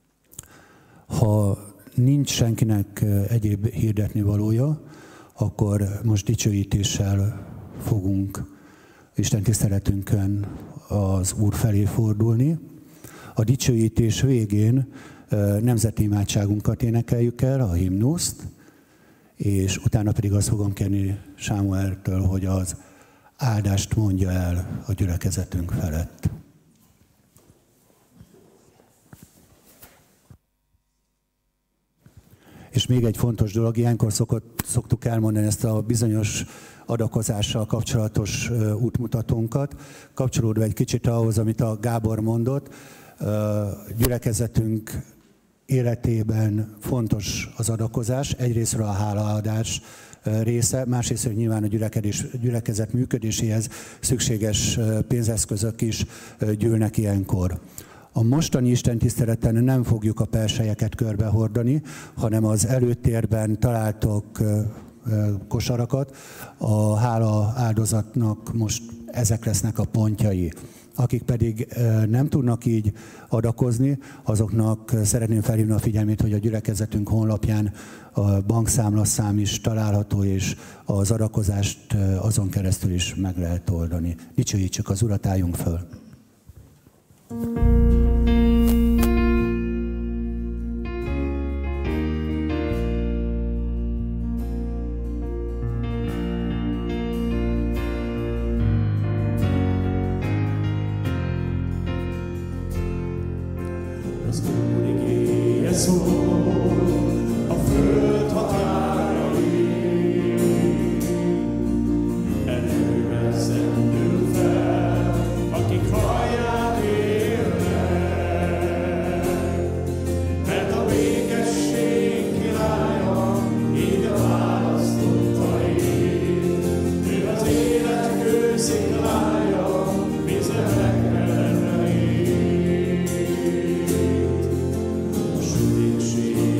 Ha nincs senkinek egyéb hirdetni valója, akkor most dicsőítéssel fogunk Isten tiszteletünkön az Úr felé fordulni. A dicsőítés végén nemzeti imádságunkat énekeljük el, a himnuszt, és utána pedig azt fogom kérni Sámueltől, hogy az áldást mondja el a gyülekezetünk felett. És még egy fontos dolog, ilyenkor szoktuk elmondani ezt a bizonyos adakozással kapcsolatos útmutatónkat. Kapcsolódva egy kicsit ahhoz, amit a Gábor mondott, gyülekezetünk életében fontos az adakozás, egyrészről a hálaadás része, másrészt nyilván a gyülekezet működéséhez szükséges pénzeszközök is gyűlnek ilyenkor. A mostani istentiszteleten nem fogjuk a perselyeket körbehordani, hanem az előtérben találtok kosarakat. A hála áldozatnak most ezek lesznek a pontjai. Akik pedig nem tudnak így adakozni, azoknak szeretném felhívni a figyelmét, hogy a gyülekezetünk honlapján a bankszámlaszám is található, és az adakozást azon keresztül is meg lehet oldani. Dicsőítsük az Urat, álljunk föl! Az Úr igéje szól a föld határai, erővel szentül fel, akik hallják élnek. Mert a békesség királya, így a választottai, ő az élet kősziklája, vizelek elleneit. A sötétség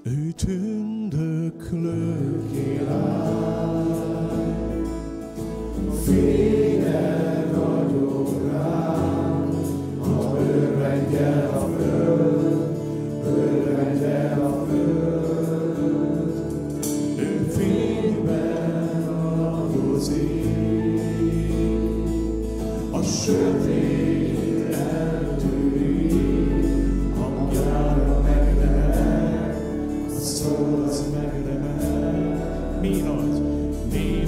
Ő tündöklő király, fénye ragyog rám, ha örvendjen a föld, örvendjen a föld. Ő fényben radozik, a sötét eltűnik, hangjára megremek, a szó az megremeg. Mi nagy, mi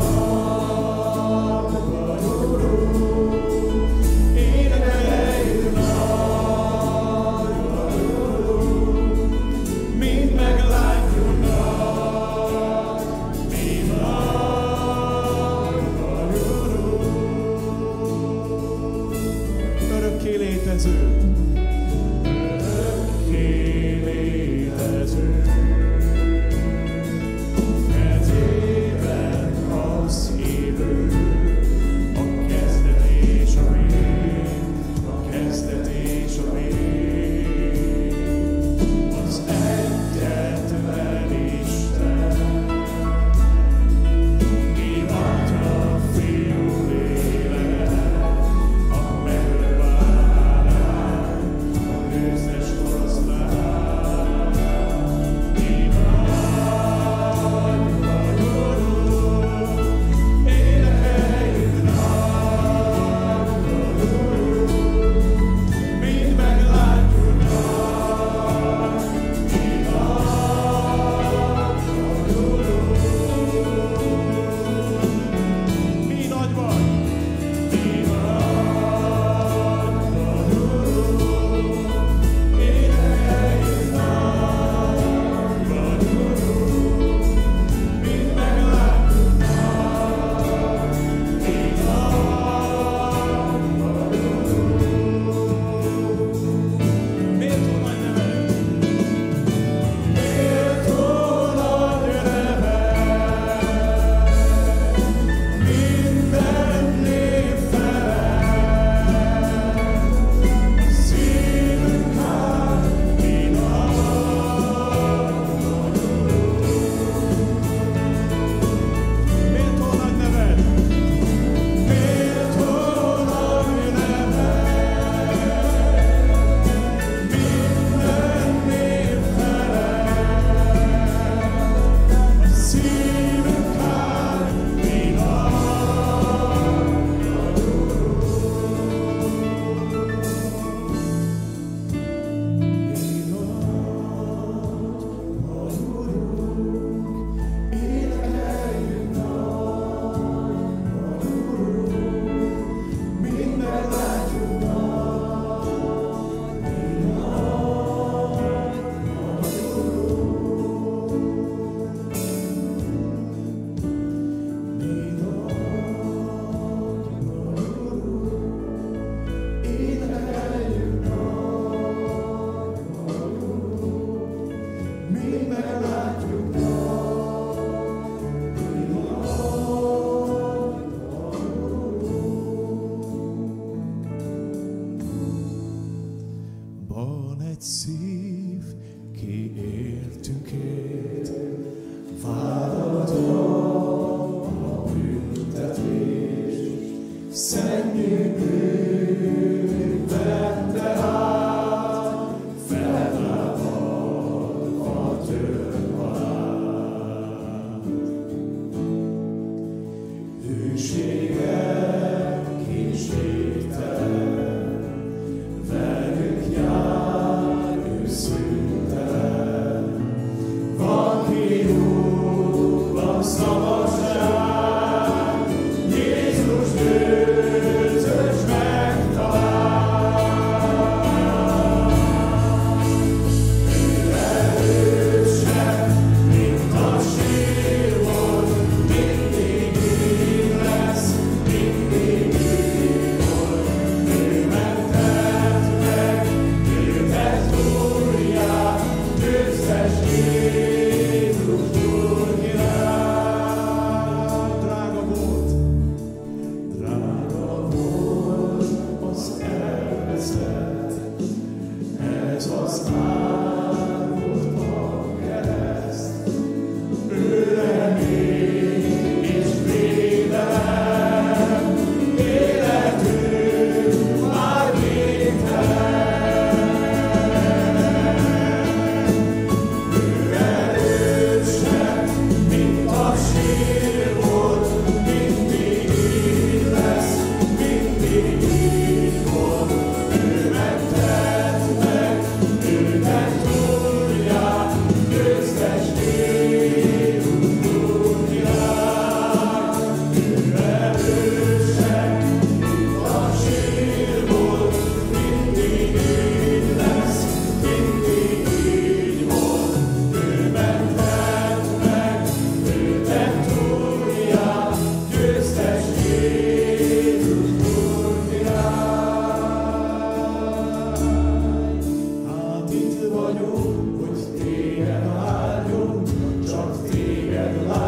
nagy vagy, Urunk, énekeljük nagy vagy, Urunk, mind meglátjuk nagy, mi nagy vagy, Urunk. Örökké létező, örökké létező, ezért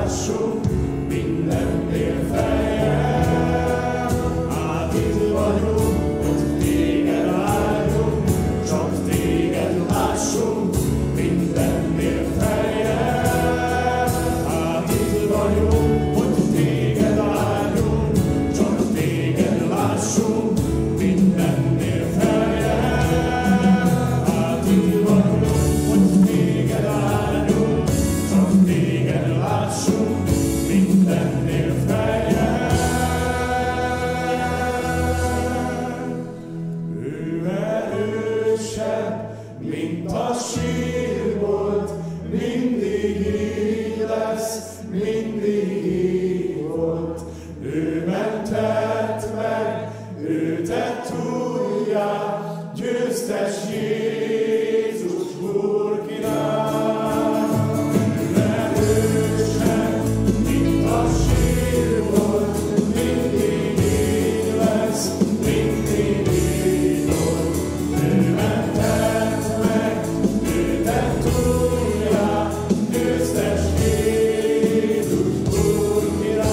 lássunk, mindennél feljebb. Hát itt vagyunk, hogy téged áldjunk, csak téged lássunk, mindennél feljebb. Hát itt vagyunk, hogy téged áldjunk, csak téged lássunk, mindennél feljebb. Hát itt vagyunk, hogy téged áldjunk, csak téged lássunk, mindennél feljebb. Ő erősebb, mint a sírbolt, mindig így lesz, mindig így volt. Ő mentett meg, ő tett újjá, győztes Jézus Úr király. Ő erősebb, mint a sírbolt, mindig így lesz, mindig így volt. Ő mentett meg, ő tett újjá, győztes Jézus Úr király.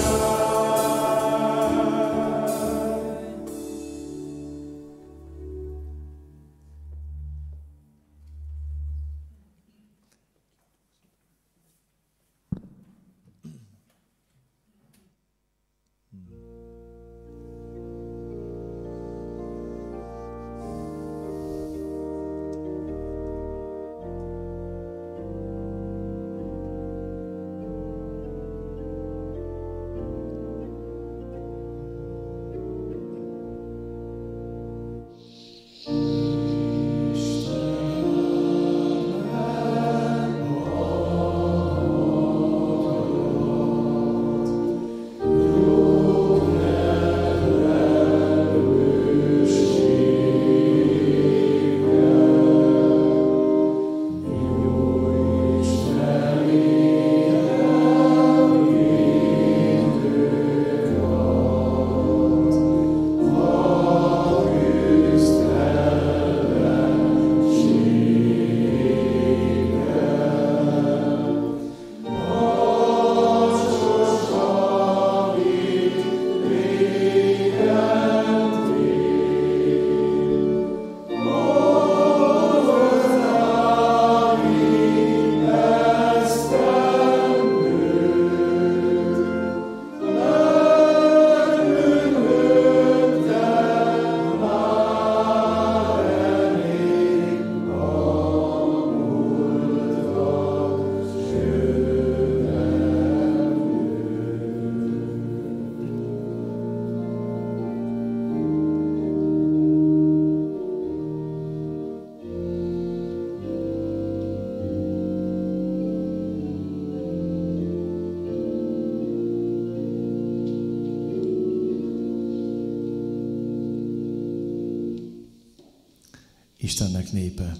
Istennek népe.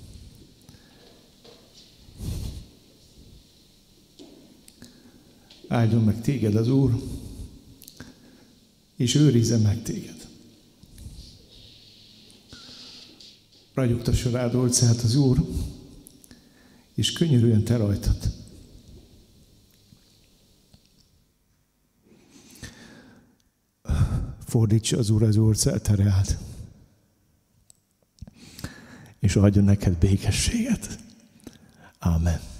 Áldjon meg téged az Úr, és őrizzen meg téged. Ragyogtasson rád orcát az Úr, és könyörüljön te rajtad. Fordítsa az Úr az orcát te rád, és adjon neked békességet. Ámen.